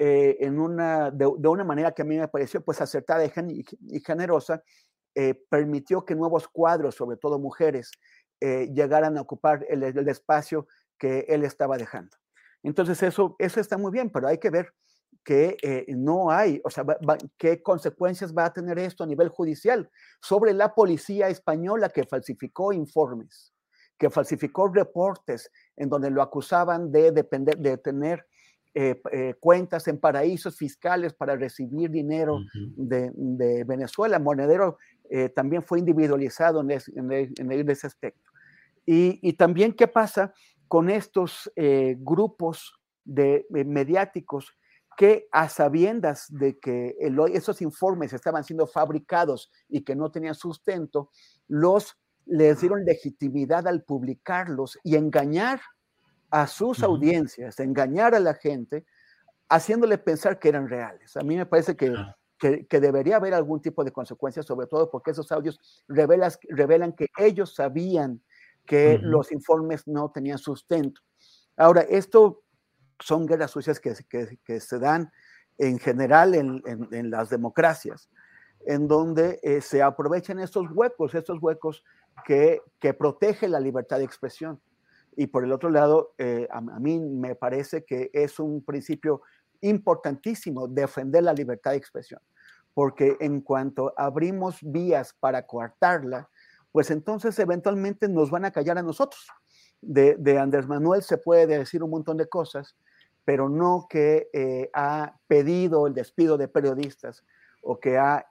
manera que a mí me pareció pues acertada y generosa, permitió que nuevos cuadros, sobre todo mujeres, llegaran a ocupar el espacio que él estaba dejando. Entonces eso está muy bien, pero hay que ver que no hay, o sea, qué consecuencias va a tener esto a nivel judicial sobre la policía española que falsificó informes, que falsificó reportes en donde lo acusaban de tener cuentas en paraísos fiscales para recibir dinero de Venezuela. Monedero también fue individualizado en ese aspecto. Y también qué pasa con estos grupos mediáticos que, a sabiendas de que esos informes estaban siendo fabricados y que no tenían sustento, les dieron legitimidad al publicarlos y engañar a sus audiencias, engañar a la gente, haciéndole pensar que eran reales. A mí me parece que debería haber algún tipo de consecuencias, sobre todo porque esos audios revelan que ellos sabían que los informes no tenían sustento. Ahora, esto son guerras sucias que se dan en general en las democracias, en donde se aprovechan estos huecos que protegen la libertad de expresión. Y por el otro lado, a mí me parece que es un principio importantísimo defender la libertad de expresión, porque en cuanto abrimos vías para coartarla, pues entonces eventualmente nos van a callar a nosotros. De Andrés Manuel se puede decir un montón de cosas, pero no que ha pedido el despido de periodistas o que ha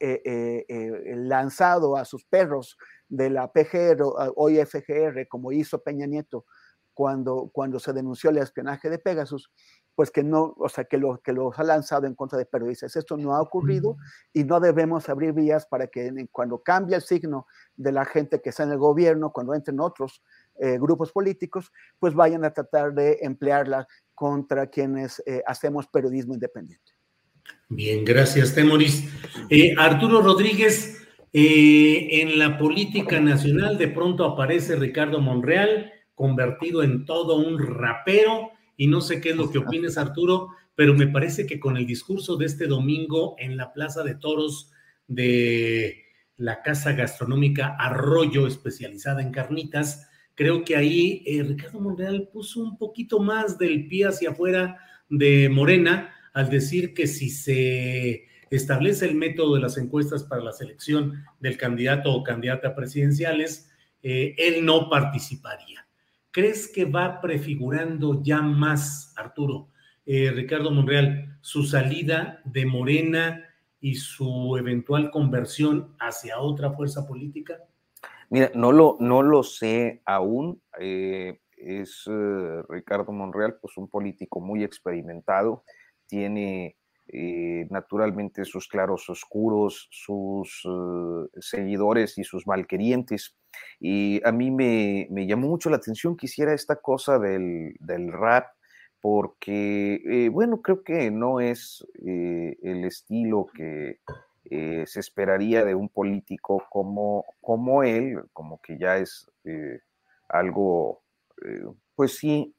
lanzado a sus perros de la PGR, hoy FGR, como hizo Peña Nieto cuando se denunció el espionaje de Pegasus, pues que no, o sea, que los ha lanzado en contra de periodistas. Esto no ha ocurrido y no debemos abrir vías para que cuando cambie el signo de la gente que está en el gobierno, cuando entren otros grupos políticos, pues vayan a tratar de emplearla contra quienes hacemos periodismo independiente. Bien, gracias, Temoris. Arturo Rodríguez, en la política nacional de pronto aparece Ricardo Monreal, convertido en todo un rapero, y no sé qué es lo que opines, Arturo, pero me parece que con el discurso de este domingo en la Plaza de Toros de la casa gastronómica Arroyo, especializada en carnitas, creo que ahí Ricardo Monreal puso un poquito más del pie hacia afuera de Morena, al decir que si se establece el método de las encuestas para la selección del candidato o candidata presidenciales, él no participaría. ¿Crees que va prefigurando ya más, Arturo, Ricardo Monreal, su salida de Morena y su eventual conversión hacia otra fuerza política? Mira, no lo sé aún. Ricardo Monreal, pues un político muy experimentado, tiene naturalmente sus claros oscuros, sus seguidores y sus malquerientes. Y a mí me llamó mucho la atención que hiciera esta cosa del rap, porque, bueno, creo que no es el estilo que se esperaría de un político como él, como que ya es algo, pues sí,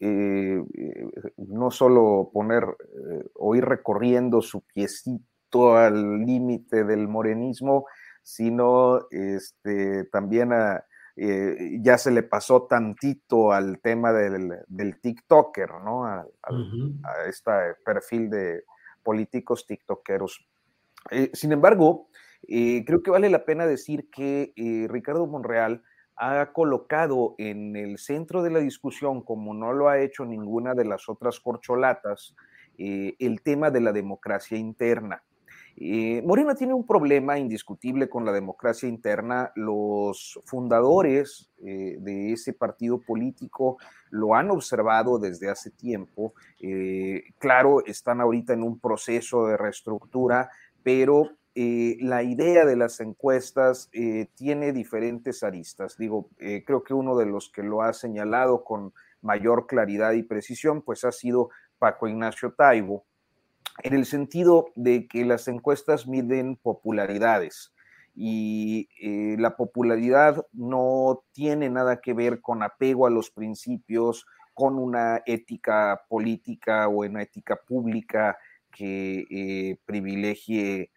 no solo poner o ir recorriendo su piecito al límite del morenismo, sino también ya se le pasó tantito al tema del TikToker, ¿no? A este perfil de políticos tiktokeros. Sin embargo, creo que vale la pena decir que Ricardo Monreal ha colocado en el centro de la discusión, como no lo ha hecho ninguna de las otras corcholatas, el tema de la democracia interna. Morena tiene un problema indiscutible con la democracia interna. Los fundadores de ese partido político lo han observado desde hace tiempo. Claro, están ahorita en un proceso de reestructura, pero la idea de las encuestas tiene diferentes aristas. Creo que uno de los que lo ha señalado con mayor claridad y precisión, pues ha sido Paco Ignacio Taibo, en el sentido de que las encuestas miden popularidades y la popularidad no tiene nada que ver con apego a los principios, con una ética política o una ética pública que privilegie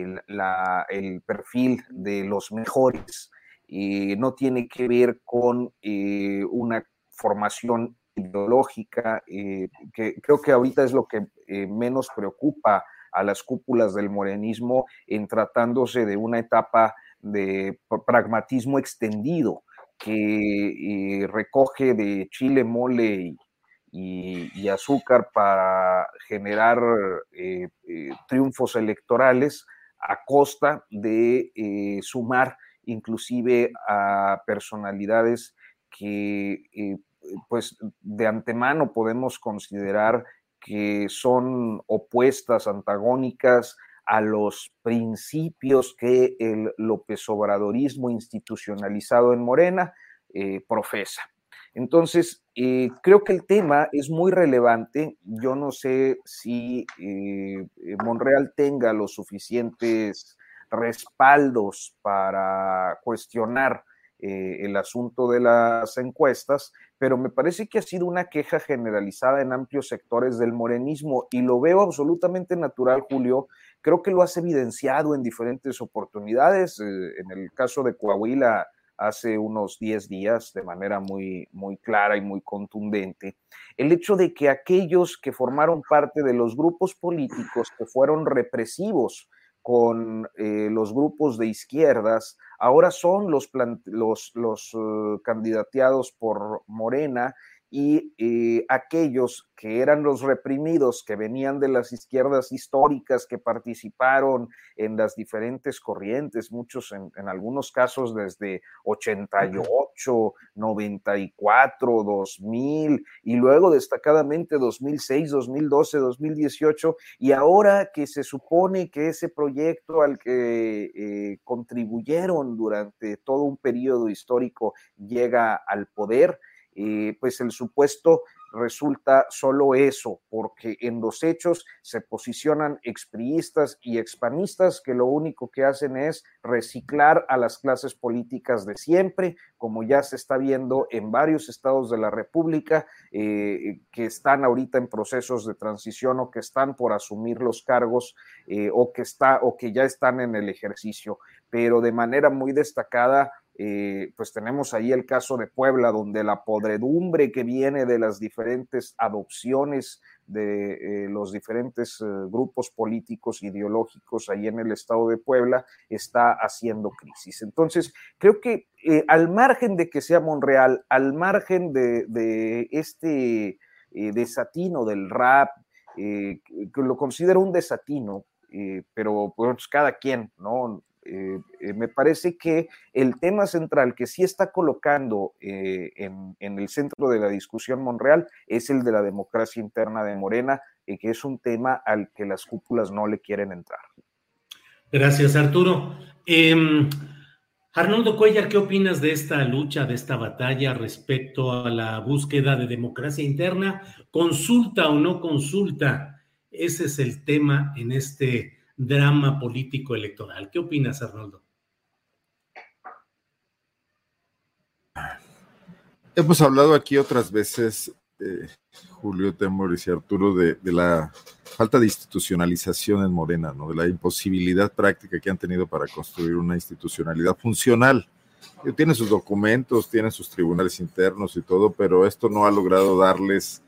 el perfil de los mejores. No tiene que ver con una formación ideológica, que creo que ahorita es lo que menos preocupa a las cúpulas del morenismo en tratándose de una etapa de pragmatismo extendido que recoge de chile, mole y azúcar para generar triunfos electorales a costa de sumar inclusive a personalidades que pues de antemano podemos considerar que son opuestas, antagónicas a los principios que el López Obradorismo institucionalizado en Morena profesa. Entonces, creo que el tema es muy relevante. Yo no sé si Monreal tenga los suficientes respaldos para cuestionar el asunto de las encuestas, pero me parece que ha sido una queja generalizada en amplios sectores del morenismo y lo veo absolutamente natural, Julio. Creo que lo has evidenciado en diferentes oportunidades. En el caso de Coahuila, hace unos 10 días, de manera muy, muy clara y muy contundente, el hecho de que aquellos que formaron parte de los grupos políticos que fueron represivos con los grupos de izquierdas, ahora son los candidateados por Morena, y aquellos que eran los reprimidos, que venían de las izquierdas históricas, que participaron en las diferentes corrientes, muchos en algunos casos desde 88, 94, 2000, y luego destacadamente 2006, 2012, 2018, y ahora que se supone que ese proyecto al que contribuyeron durante todo un periodo histórico llega al poder, pues el supuesto resulta solo eso, porque en los hechos se posicionan expriistas y expanistas que lo único que hacen es reciclar a las clases políticas de siempre, como ya se está viendo en varios estados de la República, que están ahorita en procesos de transición o que están por asumir los cargos o que ya están en el ejercicio, pero de manera muy destacada. Pues tenemos ahí el caso de Puebla, donde la podredumbre que viene de las diferentes adopciones de los diferentes grupos políticos ideológicos ahí en el estado de Puebla está haciendo crisis. Entonces, creo que al margen de que sea Monreal, al margen de este desatino del rap, que lo considero un desatino, pero pues cada quien, ¿no? Me parece que el tema central que sí está colocando en el centro de la discusión Monreal es el de la democracia interna de Morena, que es un tema al que las cúpulas no le quieren entrar. Gracias, Arturo. Arnoldo Cuellar, ¿qué opinas de esta lucha, de esta batalla respecto a la búsqueda de democracia interna? ¿Consulta o no consulta? Ese es el tema en este drama político electoral. ¿Qué opinas, Arnoldo? Hemos hablado aquí otras veces, Julio, Temoris y Arturo, de la falta de institucionalización en Morena, ¿no? De la imposibilidad práctica que han tenido para construir una institucionalidad funcional. Tiene sus documentos, tiene sus tribunales internos y todo, pero esto no ha logrado darles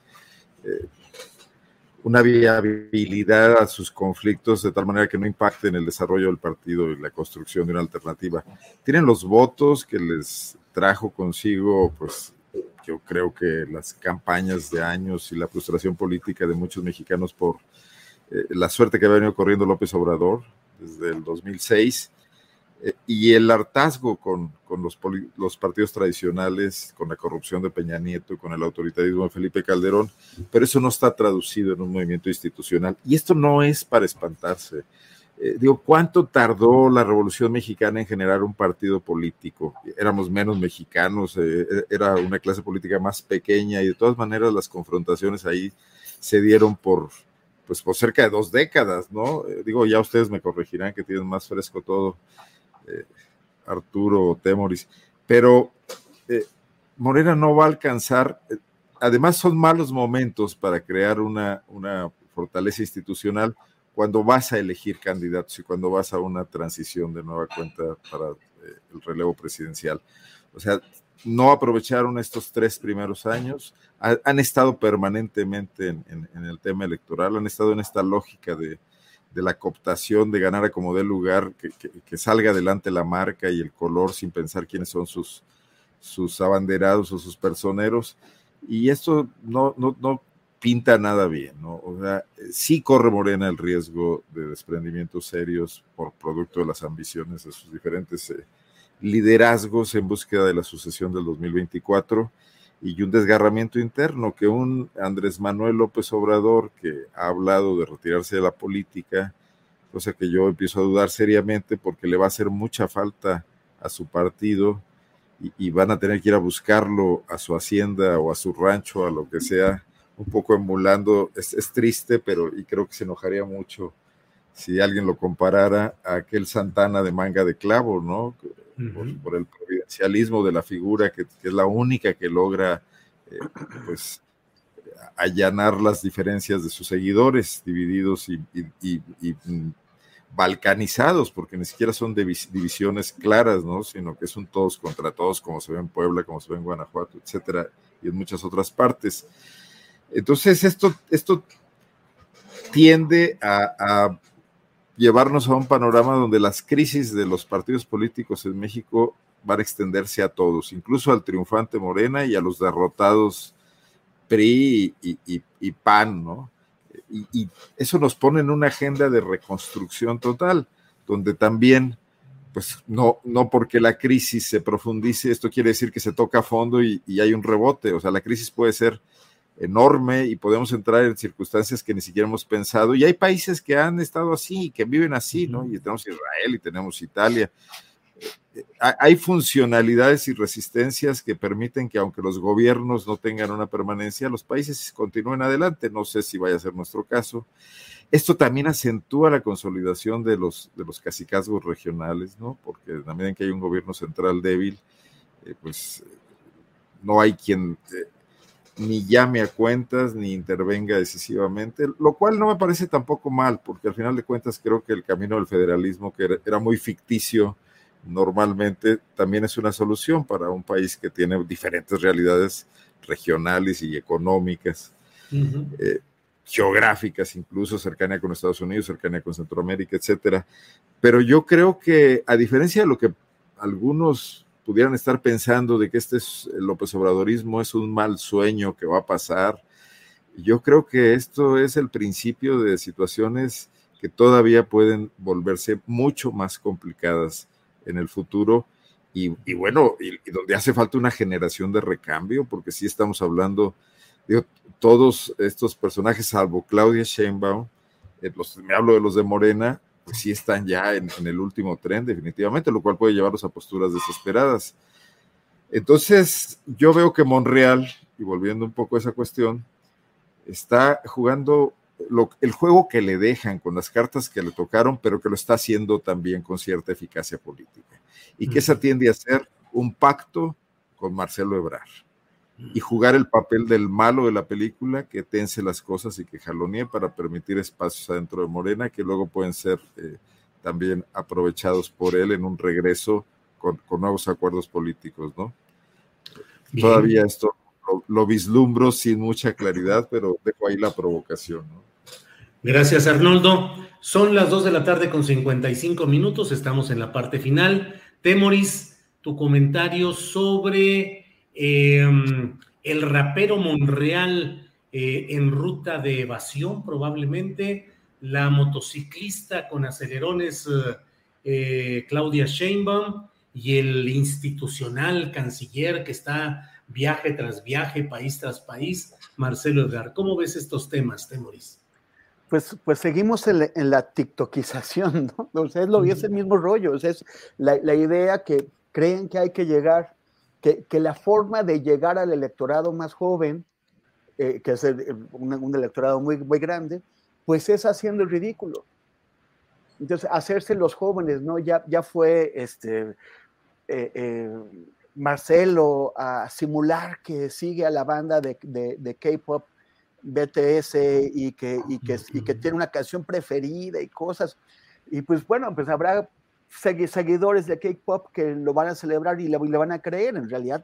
una viabilidad a sus conflictos de tal manera que no impacten el desarrollo del partido y la construcción de una alternativa. Tienen los votos que les trajo consigo, pues yo creo que las campañas de años y la frustración política de muchos mexicanos por la suerte que ha venido corriendo López Obrador desde el 2006, y el hartazgo con los partidos tradicionales, con la corrupción de Peña Nieto, con el autoritarismo de Felipe Calderón, pero eso no está traducido en un movimiento institucional. Y esto no es para espantarse. ¿Cuánto tardó la Revolución Mexicana en generar un partido político? Éramos menos mexicanos, era una clase política más pequeña, y de todas maneras las confrontaciones ahí se dieron por cerca de 2 décadas, ¿no? Ya ustedes me corregirán que tienen más fresco todo, Arturo, Temoris, pero Morena no va a alcanzar, además son malos momentos para crear una fortaleza institucional cuando vas a elegir candidatos y cuando vas a una transición de nueva cuenta para el relevo presidencial. O sea, no aprovecharon estos 3 primeros años, han estado permanentemente en el tema electoral, han estado en esta lógica de la cooptación, de ganar a como dé lugar, que salga adelante la marca y el color sin pensar quiénes son sus abanderados o sus personeros, y esto no pinta nada bien, ¿no? O sea, sí corre Morena el riesgo de desprendimientos serios por producto de las ambiciones de sus diferentes liderazgos en búsqueda de la sucesión del 2024, y un desgarramiento interno, que un Andrés Manuel López Obrador, que ha hablado de retirarse de la política, cosa que yo empiezo a dudar seriamente, porque le va a hacer mucha falta a su partido, y van a tener que ir a buscarlo a su hacienda o a su rancho, a lo que sea, un poco emulando. Es triste, y creo que se enojaría mucho si alguien lo comparara a aquel Santana de manga de clavo, ¿no? Por el providencialismo de la figura, que es la única que logra allanar las diferencias de sus seguidores, divididos y balcanizados, porque ni siquiera son divisiones claras, ¿no? Sino que son todos contra todos, como se ve en Puebla, como se ve en Guanajuato, etcétera, y en muchas otras partes. Entonces esto tiende a llevarnos a un panorama donde las crisis de los partidos políticos en México van a extenderse a todos, incluso al triunfante Morena y a los derrotados PRI y PAN, ¿no? Y eso nos pone en una agenda de reconstrucción total, donde también, no porque la crisis se profundice, esto quiere decir que se toca a fondo y hay un rebote. O sea, la crisis puede ser enorme y podemos entrar en circunstancias que ni siquiera hemos pensado, y hay países que han estado así, que viven así, ¿no? Y tenemos Israel y tenemos Italia. Hay funcionalidades y resistencias que permiten que, aunque los gobiernos no tengan una permanencia, los países continúen adelante. No sé si vaya a ser nuestro caso. Esto también acentúa la consolidación de los cacicazgos regionales, ¿no? Porque en la medida en que hay un gobierno central débil, no hay quien ni llame a cuentas, ni intervenga decisivamente, lo cual no me parece tampoco mal, porque al final de cuentas creo que el camino del federalismo, que era muy ficticio normalmente, también es una solución para un país que tiene diferentes realidades regionales y económicas, geográficas, incluso cercanía con Estados Unidos, cercanía con Centroamérica, etcétera. Pero yo creo que, a diferencia de lo que algunos pudieran estar pensando de que el López Obradorismo es un mal sueño que va a pasar, yo creo que esto es el principio de situaciones que todavía pueden volverse mucho más complicadas en el futuro, y donde hace falta una generación de recambio, porque sí estamos hablando, todos estos personajes, salvo Claudia Sheinbaum, me hablo de los de Morena, pues sí están ya en el último tren definitivamente, lo cual puede llevarlos a posturas desesperadas. Entonces yo veo que Monreal, y volviendo un poco a esa cuestión, está jugando el juego que le dejan con las cartas que le tocaron, pero que lo está haciendo también con cierta eficacia política. Y que esa tiende a ser un pacto con Marcelo Ebrard y jugar el papel del malo de la película que tense las cosas y que jalonee para permitir espacios adentro de Morena que luego pueden ser también aprovechados por él en un regreso con nuevos acuerdos políticos, ¿no? Bien. Todavía esto lo vislumbro sin mucha claridad, pero dejo ahí la provocación, ¿no? Gracias, Arnoldo. Son las 2:55 p.m, estamos en la parte final. Temoris, tu comentario sobre el rapero Monreal en ruta de evasión, probablemente, la motociclista con acelerones Claudia Sheinbaum y el institucional canciller que está viaje tras viaje, país tras país, Marcelo Ebrard. ¿Cómo ves estos temas, Temoris? Pues seguimos en la tiktokización, ¿no? O sea, es el mismo rollo, o sea, es la idea que creen que hay que llegar, que la forma de llegar al electorado más joven, que es un electorado muy, muy grande, pues es haciendo el ridículo. Entonces, hacerse los jóvenes, ¿no? Ya fue Marcelo a simular que sigue a la banda de K-pop BTS y que tiene una canción preferida y cosas. Y pues bueno, pues habrá seguidores de K-pop que lo van a celebrar y le van a creer. En realidad,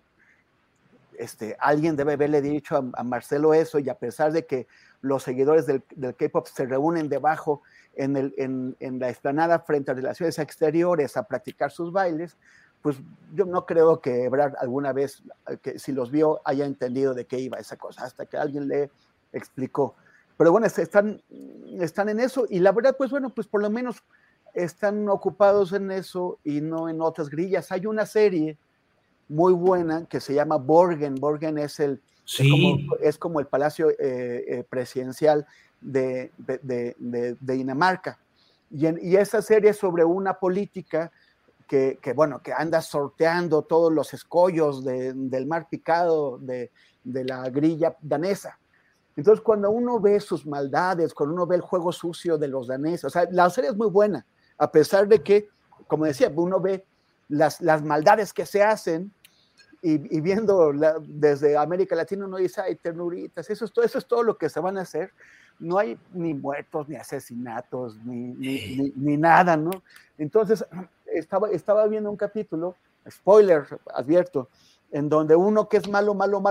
alguien debe haberle dicho a Marcelo eso, y a pesar de que los seguidores del K-pop se reúnen debajo en la explanada frente a relaciones exteriores a practicar sus bailes, pues yo no creo que Ebrard alguna vez, que si los vio, haya entendido de qué iba esa cosa, hasta que alguien le explicó. Pero bueno, están en eso, y la verdad, pues bueno, pues por lo menos están ocupados en eso y no en otras grillas. Hay una serie muy buena que se llama Borgen. Borgen es como el palacio presidencial de Dinamarca. Y esa serie es sobre una política que anda sorteando todos los escollos del mar picado de la grilla danesa. Entonces, cuando uno ve sus maldades, cuando uno ve el juego sucio de los daneses, o sea, la serie es muy buena, a pesar de que, como decía, uno ve las maldades que se hacen y viendo desde América Latina uno dice, ay, ternuritas, eso es todo lo que se van a hacer. No hay ni muertos, ni asesinatos, ni nada, ¿no? Entonces, estaba viendo un capítulo, spoiler, advierto, en donde uno que es malo,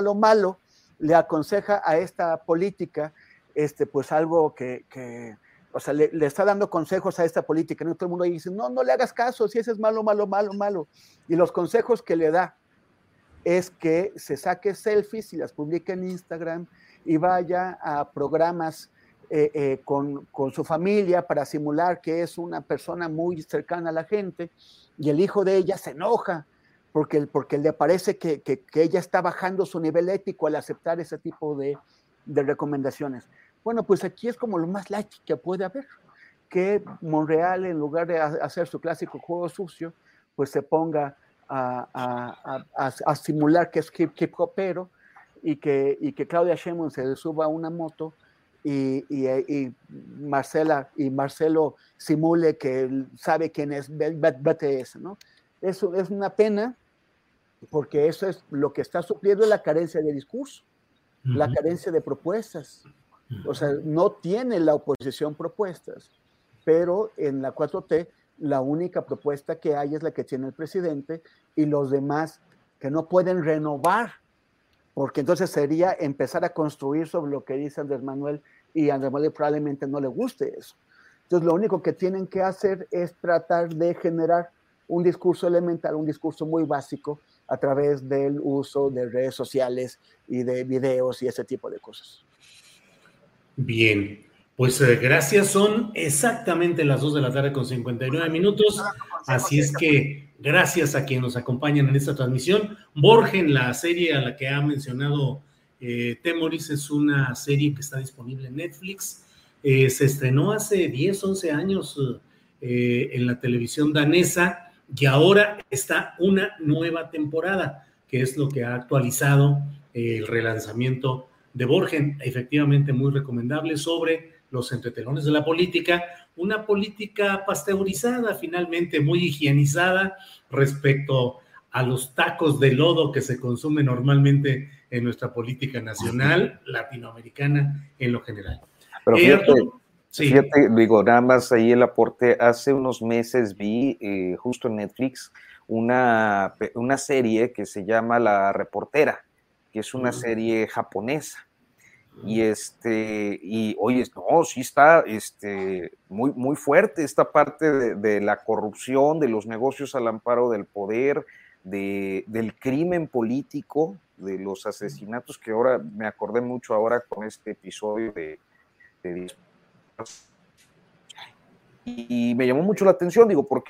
le aconseja a esta política, pues algo que o sea, le está dando consejos a esta política, ¿no? Todo el mundo ahí dice, no le hagas caso, si ese es malo. Y los consejos que le da es que se saque selfies y las publique en Instagram y vaya a programas con su familia para simular que es una persona muy cercana a la gente, y el hijo de ella se enoja porque le parece que ella está bajando su nivel ético al aceptar ese tipo de recomendaciones. Bueno, pues aquí es como lo más light que puede haber, que Monreal, en lugar de hacer su clásico juego sucio, pues se ponga a simular que es hip hopero, y que Claudia Sheinbaum se suba a una moto y Marcelo simule que sabe quién es BTS, ¿no? Eso es una pena, porque eso es lo que está supliendo la carencia de discurso, la carencia de propuestas. O sea, no tiene la oposición propuestas, pero en la 4T la única propuesta que hay es la que tiene el presidente, y los demás que no pueden renovar, porque entonces sería empezar a construir sobre lo que dice Andrés Manuel, y a Andrés Manuel probablemente no le guste eso. Entonces lo único que tienen que hacer es tratar de generar un discurso elemental, un discurso muy básico, a través del uso de redes sociales y de videos y ese tipo de cosas. Bien, pues gracias, son exactamente las 2:59 p.m, así es que gracias a quienes nos acompañan en esta transmisión. Borgen, la serie a la que ha mencionado Temoris, es una serie que está disponible en Netflix, se estrenó hace 10, 11 años en la televisión danesa, y ahora está una nueva temporada, que es lo que ha actualizado el relanzamiento de Borgen, efectivamente muy recomendable, sobre los entretelones de la política, una política pasteurizada, finalmente muy higienizada respecto a los tacos de lodo que se consumen normalmente en nuestra política nacional, latinoamericana en lo general. Pero fíjate, Arturo, sí. fíjate, digo, nada más ahí el aporte, hace unos meses vi justo en Netflix una serie que se llama La Reportera, que es una serie japonesa. Y oye, no, sí está muy, muy fuerte esta parte de la corrupción, de los negocios al amparo del poder, del crimen político, de los asesinatos, que ahora me acordé mucho ahora con este episodio de y me llamó mucho la atención, digo, porque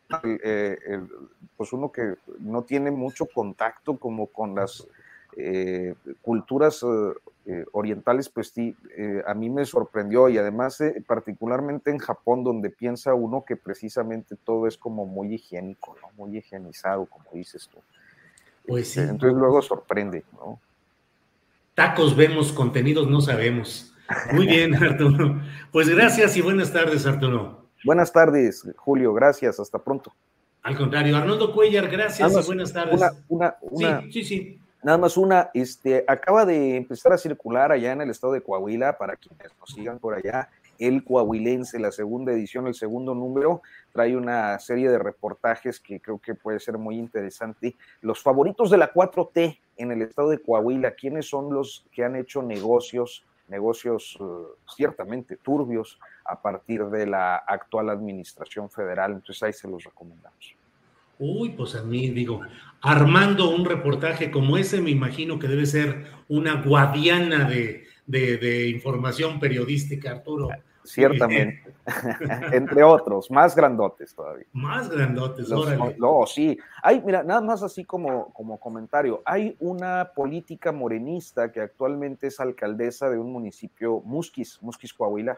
pues uno que no tiene mucho contacto como con las culturas orientales, pues sí, a mí me sorprendió, y además particularmente en Japón, donde piensa uno que precisamente todo es como muy higiénico, ¿no? Muy higienizado, como dices tú. Pues sí. Entonces luego sorprende, ¿no? Tacos vemos, contenidos no sabemos. Muy bien, Arturo. Pues gracias y buenas tardes, Arturo. Buenas tardes, Julio, gracias, hasta pronto. Al contrario, Arnoldo Cuellar, gracias y buenas tardes. Sí. Nada más acaba de empezar a circular allá en el estado de Coahuila, para quienes nos sigan por allá, El Coahuilense, la segunda edición, el segundo número, trae una serie de reportajes que creo que puede ser muy interesante. Los favoritos de la 4T en el estado de Coahuila, ¿quiénes son los que han hecho negocios ciertamente turbios a partir de la actual administración federal? Entonces ahí se los recomendamos. Uy, pues a mí digo, armando un reportaje como ese, me imagino que debe ser una guadiana de información periodística, Arturo. Ciertamente, entre otros, más grandotes todavía. Más grandotes, órale. No, sí. Mira, nada más así como comentario, hay una política morenista que actualmente es alcaldesa de un municipio, Musquis, Coahuila,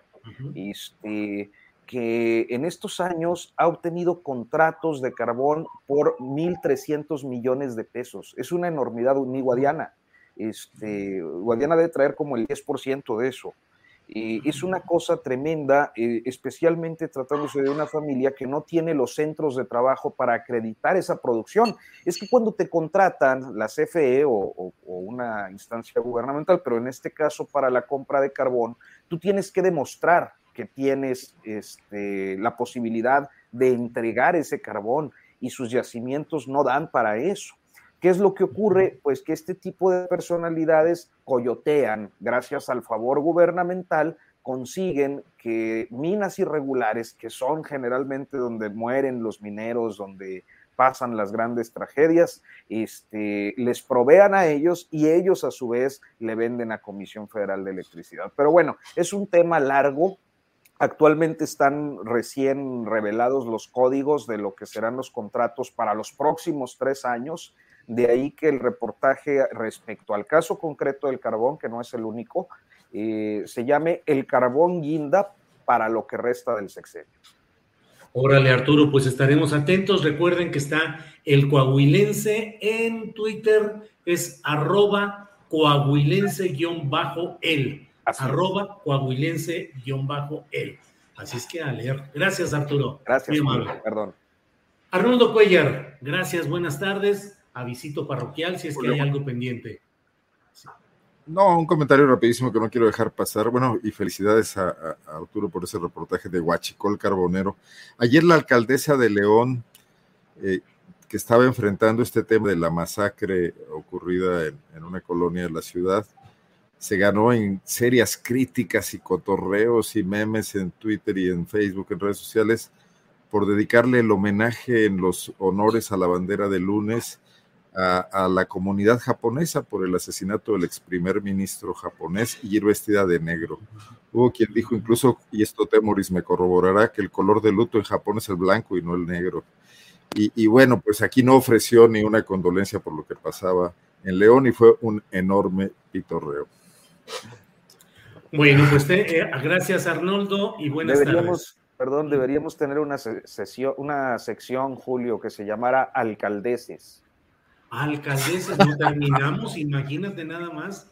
que en estos años ha obtenido contratos de carbón por 1,300 millones de pesos. Es una enormidad, ni Guadiana. Guadiana debe traer como el 10% de eso. Es una cosa tremenda, especialmente tratándose de una familia que no tiene los centros de trabajo para acreditar esa producción. Es que cuando te contratan la CFE o una instancia gubernamental, pero en este caso para la compra de carbón, tú tienes que demostrar que tienes la posibilidad de entregar ese carbón, y sus yacimientos no dan para eso. ¿Qué es lo que ocurre? Pues que este tipo de personalidades coyotean, gracias al favor gubernamental, consiguen que minas irregulares, que son generalmente donde mueren los mineros, donde pasan las grandes tragedias, les provean a ellos, y ellos a su vez le venden a Comisión Federal de Electricidad. Pero bueno, es un tema largo. Actualmente están recién revelados los códigos de lo que serán los contratos para los próximos 3 años. De ahí que el reportaje respecto al caso concreto del carbón, que no es el único, se llame El carbón guinda para lo que resta del sexenio. Órale, Arturo, pues estaremos atentos. Recuerden que está El Coahuilense en Twitter, es @coahuilense_el. @coahuilense_el. Así es que a leer. Gracias, Arturo. Gracias, perdón. Arnoldo Cuellar, gracias, buenas tardes. Avisito parroquial si es que hay algo pendiente. Sí. No, un comentario rapidísimo que no quiero dejar pasar. Bueno, y felicidades a Arturo por ese reportaje de Huachicol Carbonero. Ayer la alcaldesa de León, que estaba enfrentando este tema de la masacre ocurrida en una colonia de la ciudad, se ganó en serias críticas y cotorreos y memes en Twitter y en Facebook, en redes sociales, por dedicarle el homenaje en los honores a la bandera de lunes a la comunidad japonesa por el asesinato del ex primer ministro japonés, y ir vestida de negro. Hubo quien dijo incluso, y esto Temoris me corroborará, que el color de luto en Japón es el blanco y no el negro. Y bueno, pues aquí no ofreció ni una condolencia por lo que pasaba en León, y fue un enorme pitorreo. Bueno, pues gracias, Arnoldo, y buenas tardes. Deberíamos tener una sección, Julio, que se llamara Alcaldeses. Alcaldeses, no terminamos, imagínate nada más.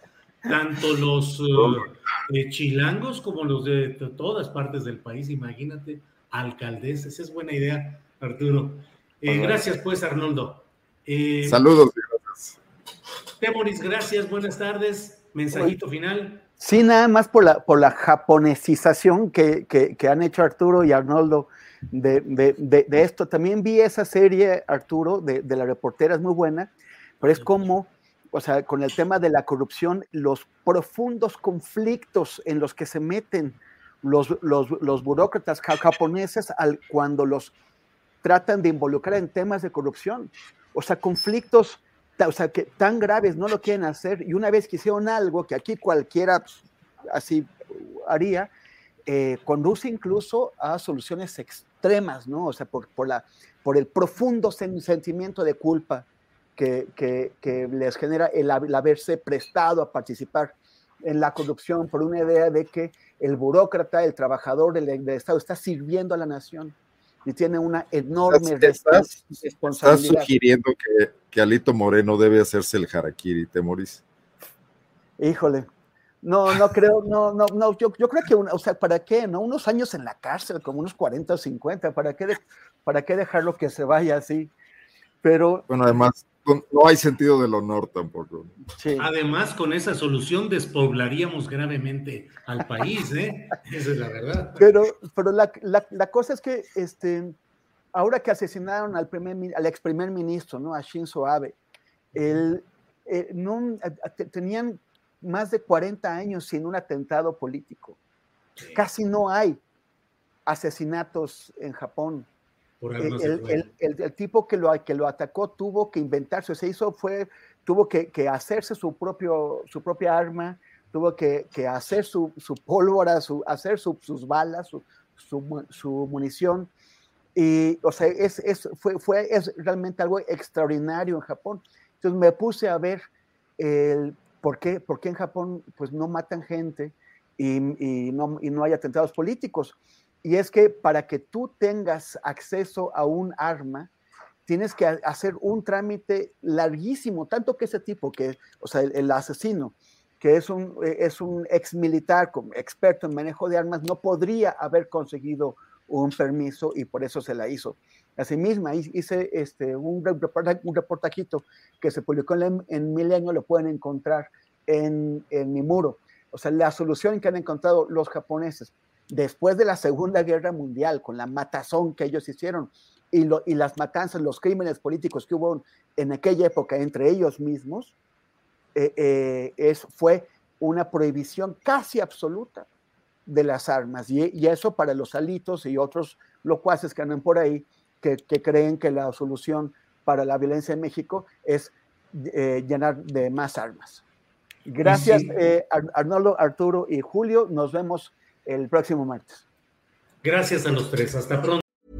tanto los chilangos como los de todas partes del país, imagínate, alcaldesa. Esa es buena idea, Arturo. Gracias, pues, Arnoldo. Saludos, gracias. Temoris, gracias, buenas tardes. Mensajito final. Sí, nada más por la japonesización que han hecho Arturo y Arnoldo de esto. También vi esa serie, Arturo, de la reportera, es muy buena, pero es como, o sea, con el tema de la corrupción, los profundos conflictos en los que se meten los burócratas japoneses cuando los tratan de involucrar en temas de corrupción. O sea, conflictos que tan graves no lo quieren hacer, y una vez que hicieron algo que aquí cualquiera así haría, conduce incluso a soluciones extremas, ¿no? O sea, por el profundo sentimiento de culpa que les genera el haberse prestado a participar en la corrupción, por una idea de que el burócrata, el trabajador del Estado está sirviendo a la nación y tiene una enorme responsabilidad. ¿Estás sugiriendo que Alito Moreno debe hacerse el harakiri, Temoris? Híjole, no creo, yo creo que, o sea, ¿para qué? ¿No? Unos años en la cárcel, como unos 40 o 50, ¿para qué dejarlo que se vaya así? Pero... Bueno, además, no hay sentido del honor tampoco. Sí. Además, con esa solución despoblaríamos gravemente al país, ¿eh? Esa es la verdad. Pero la cosa es que ahora que asesinaron al ex primer ministro, ¿no? A Shinzo Abe, tenían más de 40 años sin un atentado político. Sí. Casi no hay asesinatos en Japón. El tipo que lo atacó tuvo que inventarse, tuvo que hacerse su propia arma, tuvo que hacer su pólvora, hacer sus balas, su munición, y o sea, es realmente algo extraordinario en Japón. Entonces me puse a ver por qué en Japón pues no matan gente y no hay atentados políticos. Y es que para que tú tengas acceso a un arma, tienes que hacer un trámite larguísimo, tanto que ese tipo, o sea, el asesino, que es un ex militar experto en manejo de armas, no podría haber conseguido un permiso y por eso se la hizo. Asimismo, hice un reportajito que se publicó en Milenio, lo pueden encontrar en mi muro. O sea, la solución que han encontrado los japoneses después de la Segunda Guerra Mundial, con la matazón que ellos hicieron y las matanzas, los crímenes políticos que hubo en aquella época entre ellos mismos, fue una prohibición casi absoluta de las armas. Y eso para los alitos y otros locuaces que andan por ahí, que creen que la solución para la violencia en México es llenar de más armas. Gracias, sí. Arnoldo, Arturo y Julio. Nos vemos el próximo martes. Gracias a los tres. Hasta pronto.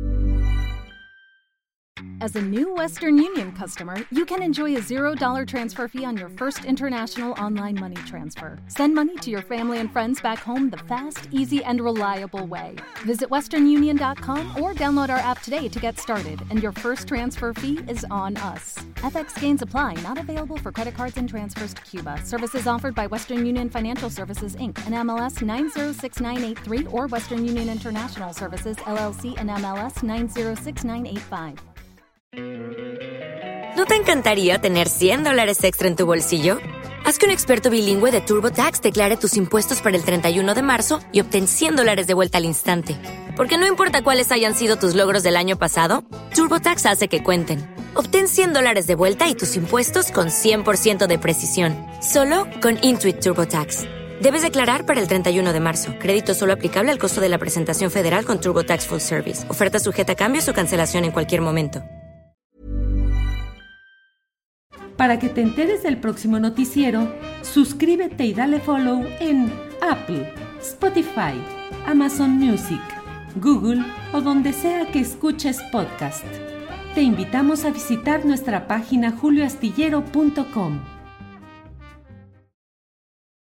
As a new Western Union customer, you can enjoy a $0 transfer fee on your first international online money transfer. Send money to your family and friends back home the fast, easy, and reliable way. Visit westernunion.com or download our app today to get started, and your first transfer fee is on us. FX gains apply, not available for credit cards and transfers to Cuba. Services offered by Western Union Financial Services, Inc., and MLS 906983, or Western Union International Services, LLC, and MLS 906985. ¿No te encantaría tener $100 extra en tu bolsillo? Haz que un experto bilingüe de TurboTax declare tus impuestos para el 31 de marzo y obtén $100 de vuelta al instante. Porque no importa cuáles hayan sido tus logros del año pasado, TurboTax hace que cuenten. Obtén $100 de vuelta y tus impuestos con 100% de precisión. Solo con Intuit TurboTax. Debes declarar para el 31 de marzo. Crédito solo aplicable al costo de la presentación federal con TurboTax Full Service. Oferta sujeta a cambios o cancelación en cualquier momento. Para que te enteres del próximo noticiero, suscríbete y dale follow en Apple, Spotify, Amazon Music, Google o donde sea que escuches podcast. Te invitamos a visitar nuestra página julioastillero.com.